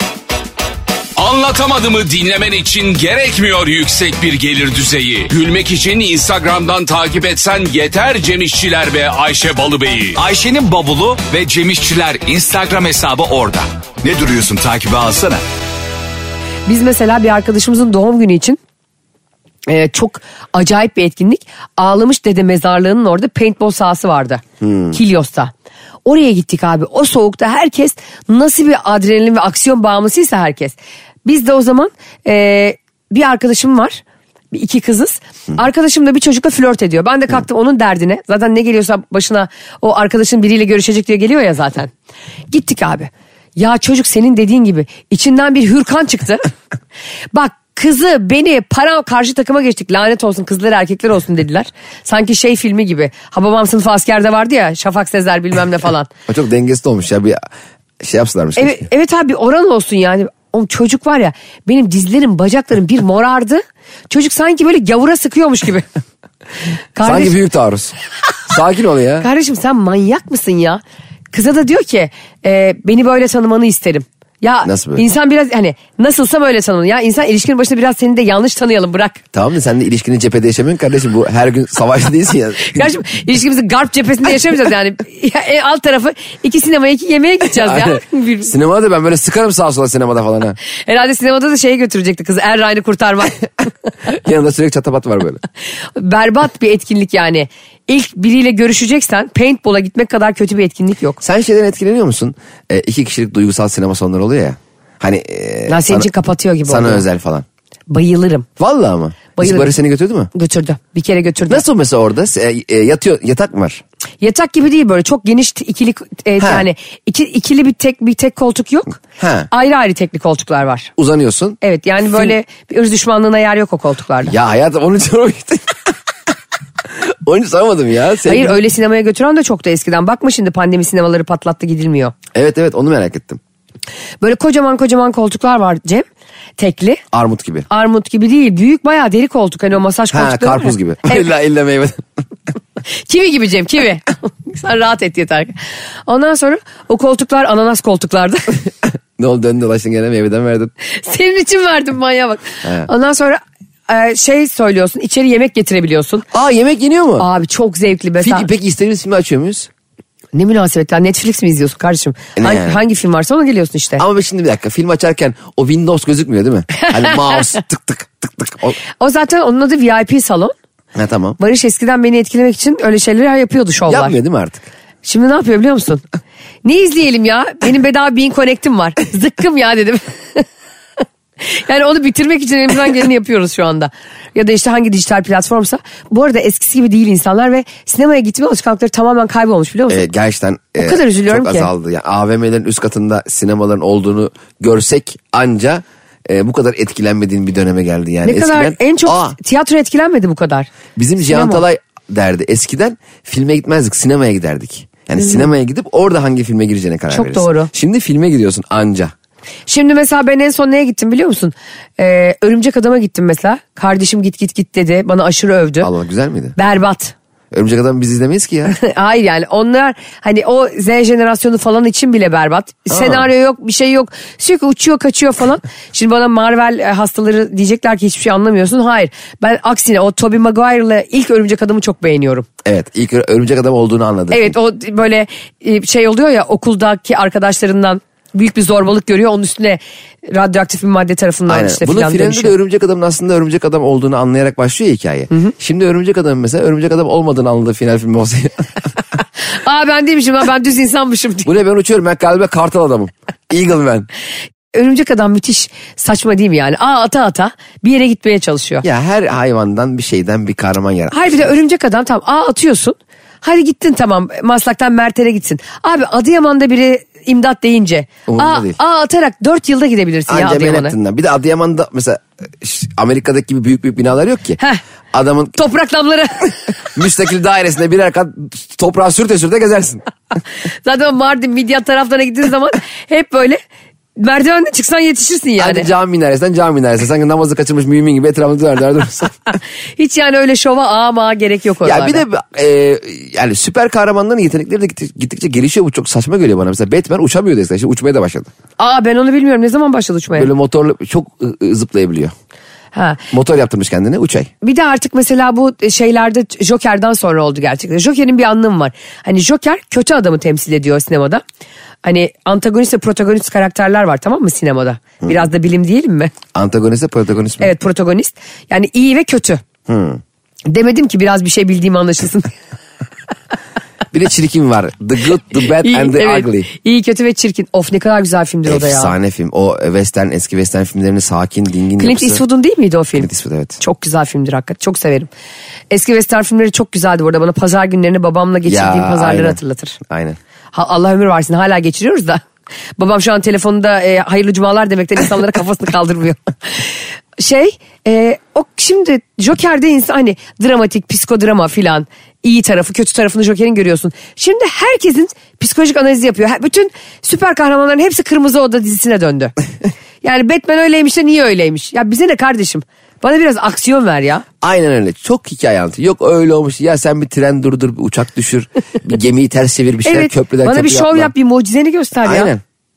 Anlatamadığımı dinlemen için gerekmiyor yüksek bir gelir düzeyi. Gülmek için Instagram'dan takip etsen yeter Cem İşçiler ve Ayşe Balıbey'i. Ayşe'nin bavulu ve Cem İşçiler Instagram hesabı orada. Ne duruyorsun, takibe alsana. Biz mesela bir arkadaşımızın doğum günü için e, çok acayip bir etkinlik. Ağlamış Dede mezarlığının orada paintball sahası vardı. Hmm. Kilyos'ta. Oraya gittik abi. O soğukta herkes nasıl bir adrenalin ve aksiyon bağımlısıysa herkes. Biz de o zaman e, bir arkadaşım var. İki kızız. Hı. Arkadaşım da bir çocukla flört ediyor. Ben de kalktım Hı. onun derdine. Zaten ne geliyorsa başına o arkadaşın biriyle görüşecek diye geliyor ya zaten. Gittik abi. Ya çocuk senin dediğin gibi içinden bir hürkan çıktı. Bak kızı beni para karşı takıma geçtik. Lanet olsun kızlar erkekler olsun dediler. Sanki şey filmi gibi. Hababam sınıfı askerde vardı ya. Şafak Sezer bilmem ne falan. O çok dengesiz olmuş ya. Bir şey yapsınlarmış. Evet, evet abi oran olsun yani. O çocuk var ya benim dizlerim bacaklarım bir morardı. Çocuk sanki böyle gavura sıkıyormuş gibi. Kardeşim, sanki büyük taarruz. Sakin ol ya. Kardeşim sen manyak mısın ya? Kıza da diyor ki e, beni böyle tanımanı isterim. Ya Nasıl böyle? insan biraz hani nasılsam öyle tanın. Ya insan ilişkinin başında biraz seni de yanlış tanıyalım bırak. Tamam da sen de ilişkinin cephede yaşamıyorsun kardeşim. Bu her gün savaş değilsin ya. Gerçi ilişkimizi garp cephesinde yaşamayacağız yani. Ya, e, alt tarafı iki sinemaya iki yemeğe gideceğiz ya. Bir- Sinemada da ben böyle sıkarım sağa sola sinemada falan ha. Herhalde sinemada da şeye götürecekti kız Er Ryan'ı kurtarmak. Yanında sürekli çatapat var böyle. Berbat bir etkinlik yani. İlk biriyle görüşeceksen paintball'a gitmek kadar kötü bir etkinlik yok. Sen şeyden etkileniyor musun? E, iki kişilik duygusal sinema salonları oluyor ya. Hani e, Lan senin için kapatıyor gibi sana oluyor. özel falan. Bayılırım. Vallahi ama. Bayılırım. Hiç Barış seni götürdü mü? Götürdü. Bir kere götürdü. Nasıl mesela orada? E, e, yatıyor, yatak mı var? Yatak gibi değil böyle çok geniş t- ikili e, Ha. yani iki, ikili bir tek bir tek koltuk yok. Ha. Ayrı ayrı tekli koltuklar var. Uzanıyorsun. Evet yani böyle bir ırz düşmanlığına yer yok o koltuklarda. Ya hayatım onun için o işte. Onun için sormadım ya. Sen... Hayır öyle sinemaya götüren de çok da eskiden. Bakma şimdi pandemi sinemaları patlattı gidilmiyor. Evet evet onu merak ettim. Böyle kocaman kocaman koltuklar var Cem. Tekli. Armut gibi. Armut gibi değil. Büyük bayağı deri koltuk. Hani o masaj Ha koltukları var karpuz ya. gibi. Evet. illa illa meyve. Kivi gibi Cem kivi. Sen rahat et yeter. Ondan sonra o koltuklar ananas koltuklardı. Ne oldu döndün dolaştın gene meyveden verdin. Senin için verdim manyağa bak. He. Ondan sonra e, şey söylüyorsun içeri yemek getirebiliyorsun. Aa yemek yeniyor mu? Abi çok zevkli. Mesela, Film, peki istediğiniz filmi açıyor muyuz? ne münasebet ya Netflix mi izliyorsun kardeşim? Ne Hangi, yani? hangi film varsa ona geliyorsun işte. Ama ben şimdi bir dakika film açarken o Windows gözükmüyor değil mi? Hani mouse tık tık tık tık. O... O zaten onun adı V I P salon. Ha tamam. Barış eskiden beni etkilemek için öyle şeyler yapıyordu şovlar. Yapmıyor değil mi artık? Şimdi ne yapıyor biliyor musun? Ne izleyelim ya? Benim bedava Bean Connect'im var. Zıkkım ya dedim. Yani onu bitirmek için elimizden geleni yapıyoruz şu anda. Ya da işte hangi dijital platformsa. Bu arada eskisi gibi değil insanlar ve sinemaya gitme alışkanlıkları tamamen kaybolmuş biliyor musun? Evet gerçekten O e, kadar üzülüyorum çok ki. azaldı. Yani A V M'lerin üst katında sinemaların olduğunu görsek anca e, bu kadar etkilenmediğin bir döneme geldi. Yani Ne kadar eskiden, en çok Aa, tiyatro etkilenmedi bu kadar. bizim Sinema. Cihan Talay derdi. Eskiden filme gitmezdik sinemaya giderdik. Yani sinemaya gidip orada hangi filme gireceğine karar Çok verirsin. doğru. Şimdi filme gidiyorsun anca. Şimdi mesela ben en son neye gittim biliyor musun? Ee, Örümcek Adam'a gittim mesela. Kardeşim git git git dedi. Bana aşırı övdü. Allah güzel miydi? Berbat. Örümcek Adam'ı biz izlemeyiz ki ya. Hayır yani onlar hani o Z jenerasyonu falan için bile berbat. Senaryo yok bir şey yok. Sürekli uçuyor kaçıyor falan. Şimdi bana Marvel e, hastaları diyecekler ki hiçbir şey anlamıyorsun. Hayır ben aksine o Tobey Maguire'la ilk Örümcek Adam'ı çok beğeniyorum. Evet ilk Örümcek Adam olduğunu anladım. Evet o böyle e, şey oluyor ya okuldaki arkadaşlarından büyük bir zorbalık görüyor. Onun üstüne radyoaktif bir madde tarafından Aynen. işte Bunun filan filminde de dönüşüyor. Örümcek Adam'ın aslında Örümcek Adam olduğunu anlayarak başlıyor ya hikaye. Hı hı. Şimdi Örümcek Adam mesela Örümcek Adam olmadığını anladığı final filmi olsa. Aa ben değilmişim ha ben düz insanmışım diye. Bu ne ben uçuyorum ben kalbe kartal adamım. Eagle Man. Örümcek Adam müthiş saçma değil mi yani? Aa ata ata bir yere gitmeye çalışıyor. Ya her hayvandan bir şeyden bir kahraman yarat. Hayır bir de Örümcek Adam tamam aa atıyorsun. Hadi gittin tamam Maslak'tan Merter'e gitsin. Abi Adıyaman'da biri imdat deyince Umurumda aa, değil. aa atarak dört yılda gidebilirsin ya Anca Adıyaman'a. Manhattan'dan. Bir de Adıyaman'da mesela işte Amerika'daki gibi büyük büyük binalar yok ki. Heh. Adamın Toprak damları. müstakil dairesinde birer kat toprağı sürte sürte gezersin. Zaten o Mardin, Midyat taraflarına gittiğin zaman hep böyle merdivenle çıksan yetişirsin yani. Hadi cami minaresinden cami minaresine. Sanki namazı kaçırmış mümin gibi etrafında döner döner durursun. Hiç yani öyle şova ama gerek yok oralarda. Ya bir de e, yani süper kahramanların yetenekleri de gitti- gittikçe gelişiyor. Bu çok saçma geliyor bana. Mesela Batman uçamıyordu eskiden. Şimdi uçmaya da başladı. Aa ben onu bilmiyorum ne zaman başladı uçmaya? Böyle motorlu çok ı, ı, zıplayabiliyor. Ha. Motor yaptırmış kendine uçay. Bir de artık mesela bu şeylerde Joker'dan sonra oldu gerçekten. Joker'in bir anlamı var. Hani Joker kötü adamı temsil ediyor sinemada. Hani antagonist ve protagonist karakterler var tamam mı sinemada? Biraz da bilim diyelim mi? Antagonist ve protagonist mi? Evet protagonist. Yani iyi ve kötü. Hmm. Demedim ki biraz bir şey bildiğim anlaşılsın. Bir de çirkin var. The Good, The Bad İyi, and The evet. Ugly. İyi kötü ve çirkin. Of ne kadar güzel filmdir o da ya. Efsane film. O western eski western filmlerinin sakin dingin Clint yapısı. Eastwood'un değil miydi o film? Clint Eastwood evet. Çok güzel filmdir hakikaten. Çok severim. Eski western filmleri çok güzeldi bu arada. Bana pazar günlerini babamla geçirdiğim Ya, pazarları aynen. hatırlatır. Aynen. Ha, Allah ömür versin hala geçiriyoruz da. Babam şu an telefonunda e, hayırlı cumalar demekten insanlara kafasını kaldırmıyor. Şey e, o şimdi Joker'de insan hani dramatik psikodrama filan iyi tarafı kötü tarafını Joker'in görüyorsun. Şimdi herkesin psikolojik analizi yapıyor. Her- Bütün süper kahramanların hepsi Kırmızı Oda dizisine döndü. Yani Batman öyleymiş de niye öyleymiş? Ya bize ne kardeşim? Bana biraz aksiyon ver ya. Aynen öyle. Çok hikaye anlatıyor. Yok öyle olmuş. Ya sen bir tren durdur, bir uçak düşür, bir gemiyi ters çevir, bir şeyler Evet köprüden bana bir köprüye şov atla. yap bir mucizeni göster ya. Aynen.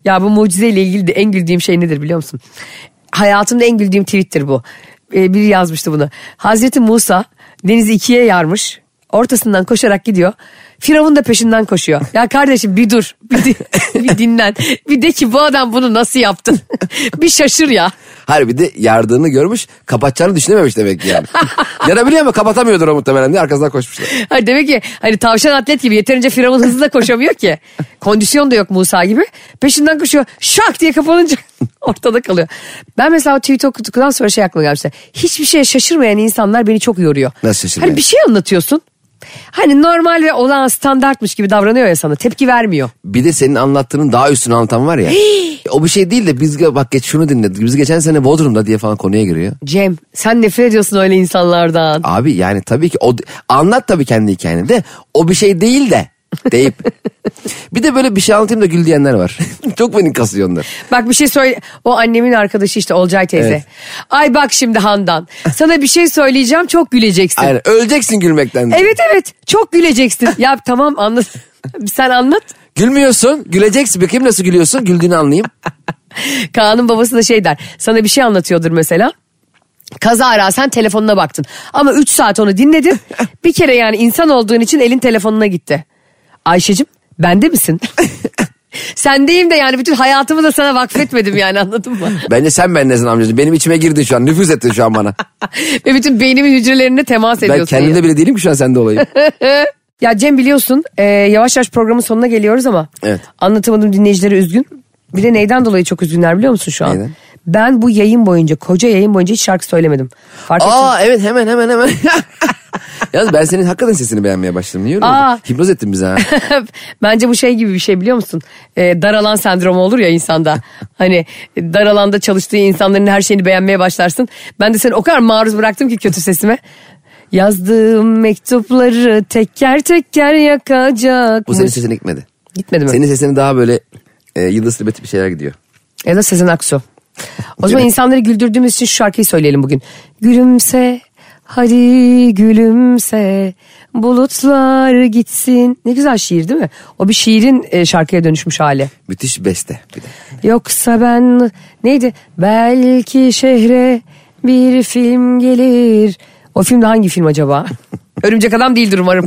Ya bu mucizeyle ilgili de en güldüğüm şey nedir biliyor musun? Hayatımda en güldüğüm tweettir bu. Ee, biri yazmıştı bunu. Hazreti Musa denizi ikiye yarmış. Ortasından koşarak gidiyor. Firavun da peşinden koşuyor. Ya kardeşim bir dur. Bir, di- bir dinlen. Bir de ki bu adam bunu nasıl yaptın? Bir şaşır ya. Hayır bir de yardığını görmüş, kapatacağını düşünememiş demek ki yani. Yarabiliyor ama kapatamıyordur o muhtemelen diye arkasından koşmuşlar. Hayır demek ki hani tavşan atlet gibi yeterince Firavun hızlı da koşamıyor ki. Kondisyon da yok Musa gibi. Peşinden koşuyor. Şak diye kapanınca ortada kalıyor. Ben mesela o tweet okuduktan sonra şey aklıma gelmişti. Hiçbir şeye şaşırmayan insanlar beni çok yoruyor. Nasıl şaşırmayan? Hani bir şey anlatıyorsun. Hani normal ve olağan standartmış gibi davranıyor ya sana. Tepki vermiyor. Bir de senin anlattığının daha üstüne anlatan var ya. O bir şey değil de biz bak geç şunu dinledik. Biz geçen sene Bodrum'da diye falan konuya giriyor. Cem sen nefret ediyorsun öyle insanlardan. Abi yani tabii ki o anlat tabii kendi hikayeni de o bir şey değil de deyip. Bir de böyle bir şey anlatayım da gül diyenler var. Çok beni kasıyor onlar. Bak bir şey söyle. O annemin arkadaşı işte Olcay teyze. Evet. Ay bak şimdi Handan. Sana bir şey söyleyeceğim çok güleceksin. Aynen öleceksin gülmekten. Evet evet çok güleceksin. Ya tamam anlat. Sen anlat. Gülmüyorsun güleceksin. Bakayım nasıl gülüyorsun güldüğünü anlayayım. Kaan'ın babası da şey der. Sana bir şey anlatıyordur mesela. Kazara sen telefonuna baktın. Ama üç saat onu dinledin. Bir kere yani insan olduğun için elin telefonuna gitti. Ayşe'cim bende misin? Sendeyim de yani bütün hayatımı da sana vakfetmedim yani anladın mı? Bence sen bendesin amcacığım. Benim içime girdin şu an. Nüfuz ettin şu an bana. Ve bütün beynimin hücrelerine temas ediyorsun. Ben kendimde ya. bile değilim ki şu an sende olayım. Ya Cem biliyorsun e, yavaş yavaş programın sonuna geliyoruz ama. Evet. Anlatamadım dinleyicileri üzgün. Bir de neyden dolayı çok üzgünler biliyor musun şu an? Neyden? Ben bu yayın boyunca koca yayın boyunca hiç şarkı söylemedim. Fark Aa ettim. Evet hemen hemen hemen. Yalnız ben senin hakikaten sesini beğenmeye başladım. Niye öyle oldu? Hipnoz ettin bizi ha. Bence bu şey gibi bir şey biliyor musun? Ee, daralan sendromu olur ya insanda. Hani daralanda çalıştığı insanların her şeyini beğenmeye başlarsın. Ben de seni o kadar maruz bıraktım ki kötü sesime. Yazdığım mektupları teker teker yakacak. Bu senin sesine gitmedi. Gitmedi mi? Senin sesine daha böyle e, Yıldız Tilbe bir şeyler gidiyor. Ya da Sezen Aksu. O zaman insanları güldürdüğümüz için şu şarkıyı söyleyelim bugün. Gülümse, hadi gülümse, bulutlar gitsin. Ne güzel şiir değil mi? O bir şiirin e, şarkıya dönüşmüş hali. Müthiş beste. Bir de. Yoksa ben, neydi? Belki şehre bir film gelir. O film de hangi film acaba? Örümcek Adam değildir umarım.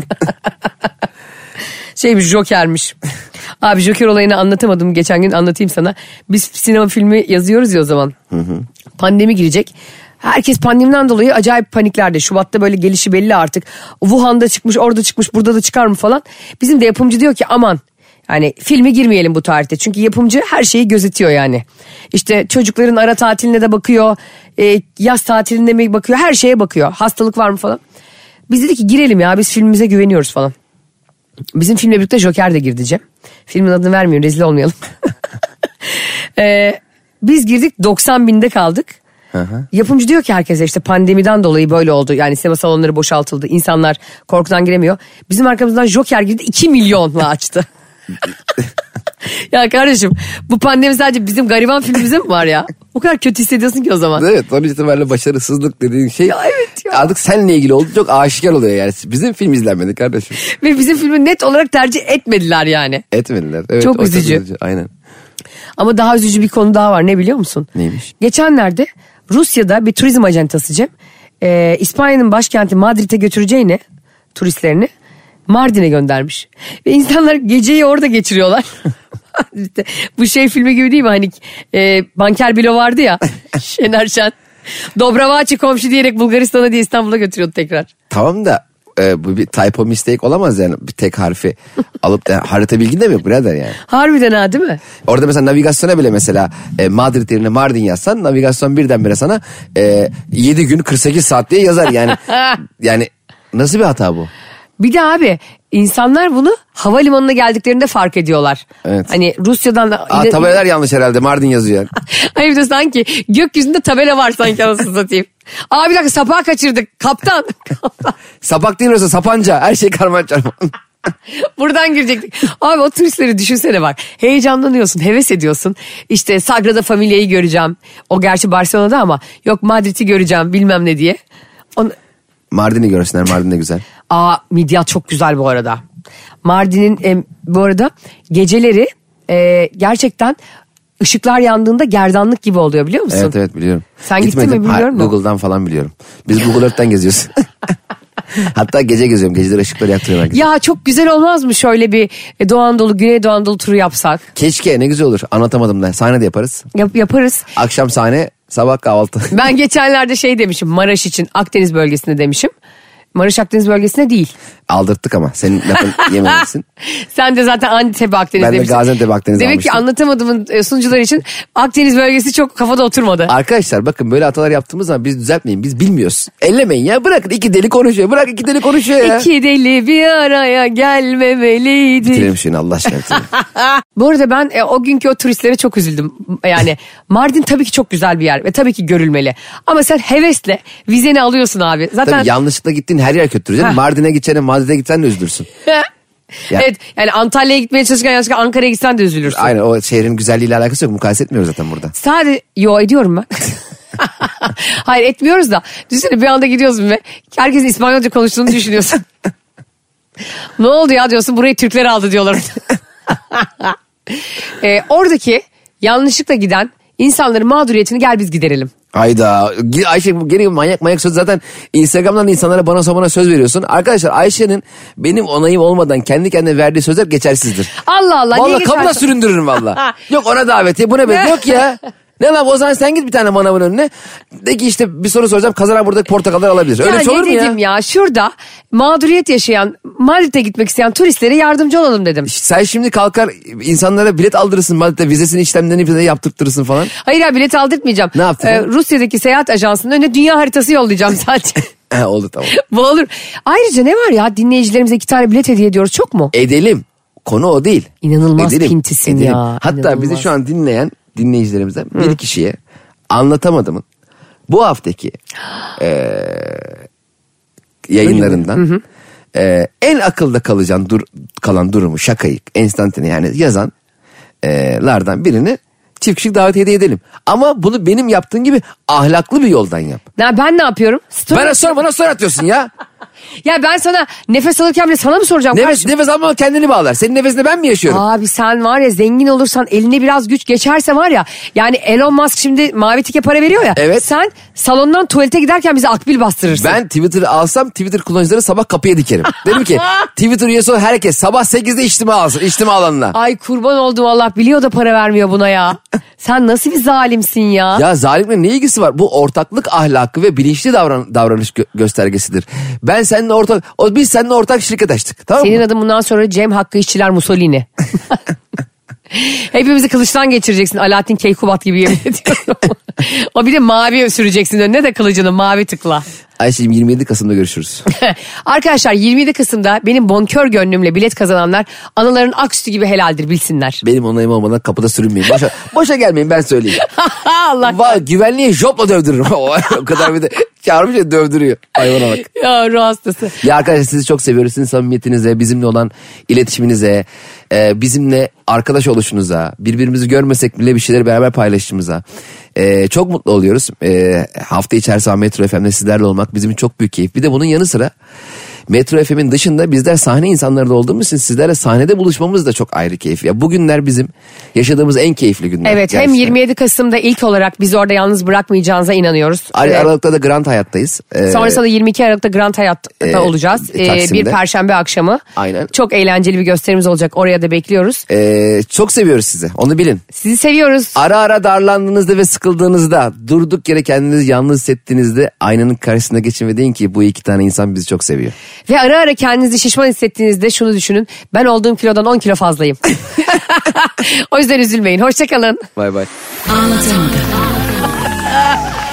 Şeymiş, Joker'miş. Abi Joker olayını anlatamadım. Geçen gün anlatayım sana. Biz sinema filmi yazıyoruz ya o zaman. Hı hı. Pandemi girecek. Herkes pandemiden dolayı acayip paniklerde. Şubat'ta böyle gelişi belli artık. Wuhan'da çıkmış, orada çıkmış, burada da çıkar mı falan. Bizim de yapımcı diyor ki aman. Yani filme girmeyelim bu tarihte. Çünkü yapımcı her şeyi gözetiyor yani. İşte çocukların ara tatiline de bakıyor. E, yaz tatilinde mi bakıyor. Her şeye bakıyor. Hastalık var mı falan. Biz dedik ki girelim ya biz filmimize güveniyoruz falan. Bizim filmle birlikte Joker de girdi Cem. Filmin adını vermiyorum rezil olmayalım. ee, biz girdik doksan binde kaldık. Hı hı. Yapımcı diyor ki herkese işte pandemiden dolayı böyle oldu. Yani sinema salonları boşaltıldı. İnsanlar korkudan giremiyor. Bizim arkamızdan Joker girdi iki milyonla açtı. Ya kardeşim bu pandemi sadece bizim gariban filmimize mi var ya? O kadar kötü hissediyorsun ki o zaman. Evet sonuç itibariyle başarısızlık dediğin şey ya evet ya. Artık seninle ilgili oldu çok aşikar oluyor yani. Bizim film izlenmedi kardeşim. Ve bizim filmi net olarak tercih etmediler yani. Etmediler. Evet, çok üzücü. üzücü. Aynen. Ama daha üzücü bir konu daha var ne biliyor musun? Neymiş? Geçenlerde Rusya'da bir turizm acentası Cem e, İspanya'nın başkenti Madrid'e götüreceğine turistlerini Mardin'e göndermiş. Ve insanlar geceyi orada geçiriyorlar. Bu şey filmi gibi değil mi? Hani e, Banker Bilo vardı ya. Şener Şen. Dobravaçi komşu diyerek Bulgaristan'a diye İstanbul'a götürüyordu tekrar. Tamam da e, bu bir typo mistake olamaz yani. Bir tek harfi alıp yani, harita bilgin de mi yok birader yani? Harbiden ha değil mi? Orada mesela navigasyona bile mesela e, Madrid yerine Mardin yazsan navigasyon birdenbire sana e, yedi gün kırk sekiz saat diye yazar yani. Yani nasıl bir hata bu? Bir de abi insanlar bunu havalimanına geldiklerinde fark ediyorlar. Evet. Hani Rusya'dan... Aa, tabelalar yanlış herhalde Mardin yazıyor yani. Hayır de sanki gökyüzünde tabela var sanki anasını satayım. Abi bir dakika sapağı kaçırdık kaptan. Sapak değil orası Sapanca her şey karman çarman. Buradan girecektik. Abi o turistleri düşünsene bak. Heyecanlanıyorsun, heves ediyorsun. İşte Sagrada Familia'yı göreceğim. O gerçi Barcelona'da ama yok Madrid'i göreceğim bilmem ne diye. Onu... Mardin'i görsünler Mardin de güzel. Aa Midyat çok güzel bu arada. Mardin'in e, bu arada geceleri e, gerçekten ışıklar yandığında gerdanlık gibi oluyor biliyor musun? Evet evet biliyorum. Sen gittin mi bilmiyorum Hayır, mu? Google'dan falan biliyorum. Biz Google Earth'ten geziyoruz. Hatta gece geziyorum. Geceleri ışıkları yaktırıyorum herkese. Ya çok güzel olmaz mı şöyle bir Doğu Anadolu, Güney Doğu Anadolu turu yapsak? Keşke, ne güzel olur. Anlatamadım da. Sahnede yaparız. Yap, yaparız. Akşam sahne, sabah kahvaltı. Ben geçenlerde şey demişim, Maraş için Akdeniz bölgesinde demişim. Maraş Akdeniz bölgesinde değil. Aldırttık ama senin lafın yememesin. Sen de zaten Antep Akdeniz Ben de demişsin. Gaziantep Akdeniz Demek almıştım. ki anlatamadığımın sunucular için Akdeniz bölgesi çok kafada oturmadı. Arkadaşlar bakın, böyle hatalar yaptığımız zaman biz düzeltmeyin. Biz bilmiyoruz. Ellemeyin ya, bırakın, iki deli konuşuyor. Bırak iki deli konuşuyor ya. İki deli bir araya gelmemeliydi. Bitirelim şunu Allah aşkına. Bu arada ben e, o günkü o turistlere çok üzüldüm. Yani Mardin tabii ki çok güzel bir yer ve tabii ki görülmeli. Ama sen hevesle vizeni alıyorsun abi. Zaten Tabii yanlışlıkla gittiğin her yer kötüdür. canım. Mardin'e gideceğine Madrid'e gitsen de üzülürsün. Ya. Evet, yani Antalya'ya gitmeye çalışırken yanlışlıkla Ankara'ya gitsen de üzülürsün. Aynen, o şehrin güzelliğiyle alakası yok. Mukayese etmiyoruz zaten burada. Sadece yo ediyorum ben. Hayır etmiyoruz da. Düşünsene bir anda gidiyorsun ve herkesin İspanyolca konuştuğunu düşünüyorsun. Ne oldu ya diyorsun, burayı Türkler aldı diyorlar. ee, oradaki yanlışlıkla giden insanların mağduriyetini gel biz giderelim. Hayda. Ayşe bu geri manyak manyak söz, zaten Instagram'dan insanlara bana sonra söz veriyorsun. Arkadaşlar Ayşe'nin benim onayım olmadan kendi kendine verdiği sözler geçersizdir. Allah Allah. Vallahi kapına süründürürüm valla. Yok ona davetiye, bu ne be? Yok ya. Ne lan, o zaman sen git bir tane manavın önüne. De ki işte bir soru soracağım, kazanan buradaki portakalları alabilir. Öyle ya bir şey olur mu ya? Ne dedim ya, şurada mağduriyet yaşayan, Madrid'e gitmek isteyen turistlere yardımcı olalım dedim. Sen şimdi kalkar insanlara bilet aldırırsın Madrid'de, vizesini işlemlerini yaptırtırsın falan. Hayır ya, bilet aldırtmayacağım. Ne yaptın? Ee, Rusya'daki seyahat ajansının önüne dünya haritası yollayacağım sadece. He, oldu tamam. Bu olur. Ayrıca ne var ya, dinleyicilerimize iki tane bilet hediye ediyoruz, çok mu? Edelim. Konu o değil. İnanılmaz Edelim. pintisin Edelim. ya. Hatta İnanılmaz. bizi şu an dinleyen dinleyicilerimizden bir kişiye Anlatamadım'ın bu haftaki e, yayınlarından hı hı. E, en akılda kalacağın dur, kalan durumu, şakayı, enstantane yani yazanlardan birini çift kişilik davet hediye edelim. Ama bunu benim yaptığım gibi ahlaklı bir yoldan yap. Ya ben ne yapıyorum? Story... Bana sor, bana sor atıyorsun ya. Ya ben sana nefes alırken bile sana mı soracağım? Nefes, kardeşim? nefes alma kendini bağlar. Senin nefesinde ben mi yaşıyorum? Abi sen var ya, zengin olursan, eline biraz güç geçerse var ya. Yani Elon Musk şimdi mavi tike para veriyor ya. Evet. Sen salondan tuvalete giderken bize akbil bastırırsın. Ben Twitter'ı alsam Twitter kullanıcıları sabah kapıya dikerim. Dedim ki Twitter üyesi olan herkes sabah sekizde içtima alsın. İçtima alanına. Ay kurban oldum, Allah biliyor da para vermiyor buna ya. Sen nasıl bir zalimsin ya. Ya zalimle ne ilgisi var? Bu ortaklık ahlakı ve bilinçli davran davranış gö- göstergesidir. Ben seninle ortak, o, biz seninle ortak şirket açtık. Tamam Senin mı? adın bundan sonra Cem Hakkı İşçiler Mussolini. Hepimizi kılıçtan geçireceksin. Alaaddin Keykubat gibi yemin ediyorum. O bir de mavi süreceksin önüne de kılıcını mavi tıkla. Ayşe'cim yirmi yedi Kasım'da görüşürüz. Arkadaşlar yirmi yedi Kasım'da benim bonkör gönlümle bilet kazananlar anaların aksütü gibi helaldir, bilsinler. Benim onayım olmadan kapıda sürünmeyin. Boşa, boşa gelmeyin, ben söyleyeyim. Allah. Vay, güvenliği jopla dövdürürüm. o kadar bir de çağırmış ya, dövdürüyor. Hayvana bak. Ya ruh hastası. Ya arkadaşlar sizi çok seviyoruz. Sizin samimiyetinize, bizimle olan iletişiminize, e, bizimle arkadaş oluşunuza, birbirimizi görmesek bile bir şeyleri beraber paylaşışımıza e, çok mutlu oluyoruz. E, hafta içerisinde Metro F M'de sizlerle olmak bizim için çok büyük keyif. Bir de bunun yanı sıra Metro F M'in dışında bizler sahne insanları da olduğumuz için sizlerle sahnede buluşmamız da çok ayrı keyif. Ya bugünler bizim yaşadığımız en keyifli günler. Evet, gerçekten. hem yirmi yedi Kasım'da ilk olarak bizi orada yalnız bırakmayacağınıza inanıyoruz. Ar- Ee, Aralık'ta da Grand Hayat'tayız. Ee, Sonrasında yirmi iki Aralık'ta Grand Hayat'ta e, olacağız. Ee, Taksim'de. bir perşembe akşamı. Aynen. Çok eğlenceli bir gösterimiz olacak. Oraya da bekliyoruz. Ee, çok seviyoruz sizi. Onu bilin. Sizi seviyoruz. Ara ara darlandığınızda ve sıkıldığınızda, durduk yere kendinizi yalnız hissettiğinizde aynanın karşısına geçin ve deyin ki bu iki tane insan bizi çok seviyor. Ve ara ara kendinizi şişman hissettiğinizde şunu düşünün. Ben olduğum kilodan on kilo fazlayım. O yüzden üzülmeyin. Hoşça kalın. Bay bay. Anlatamadım.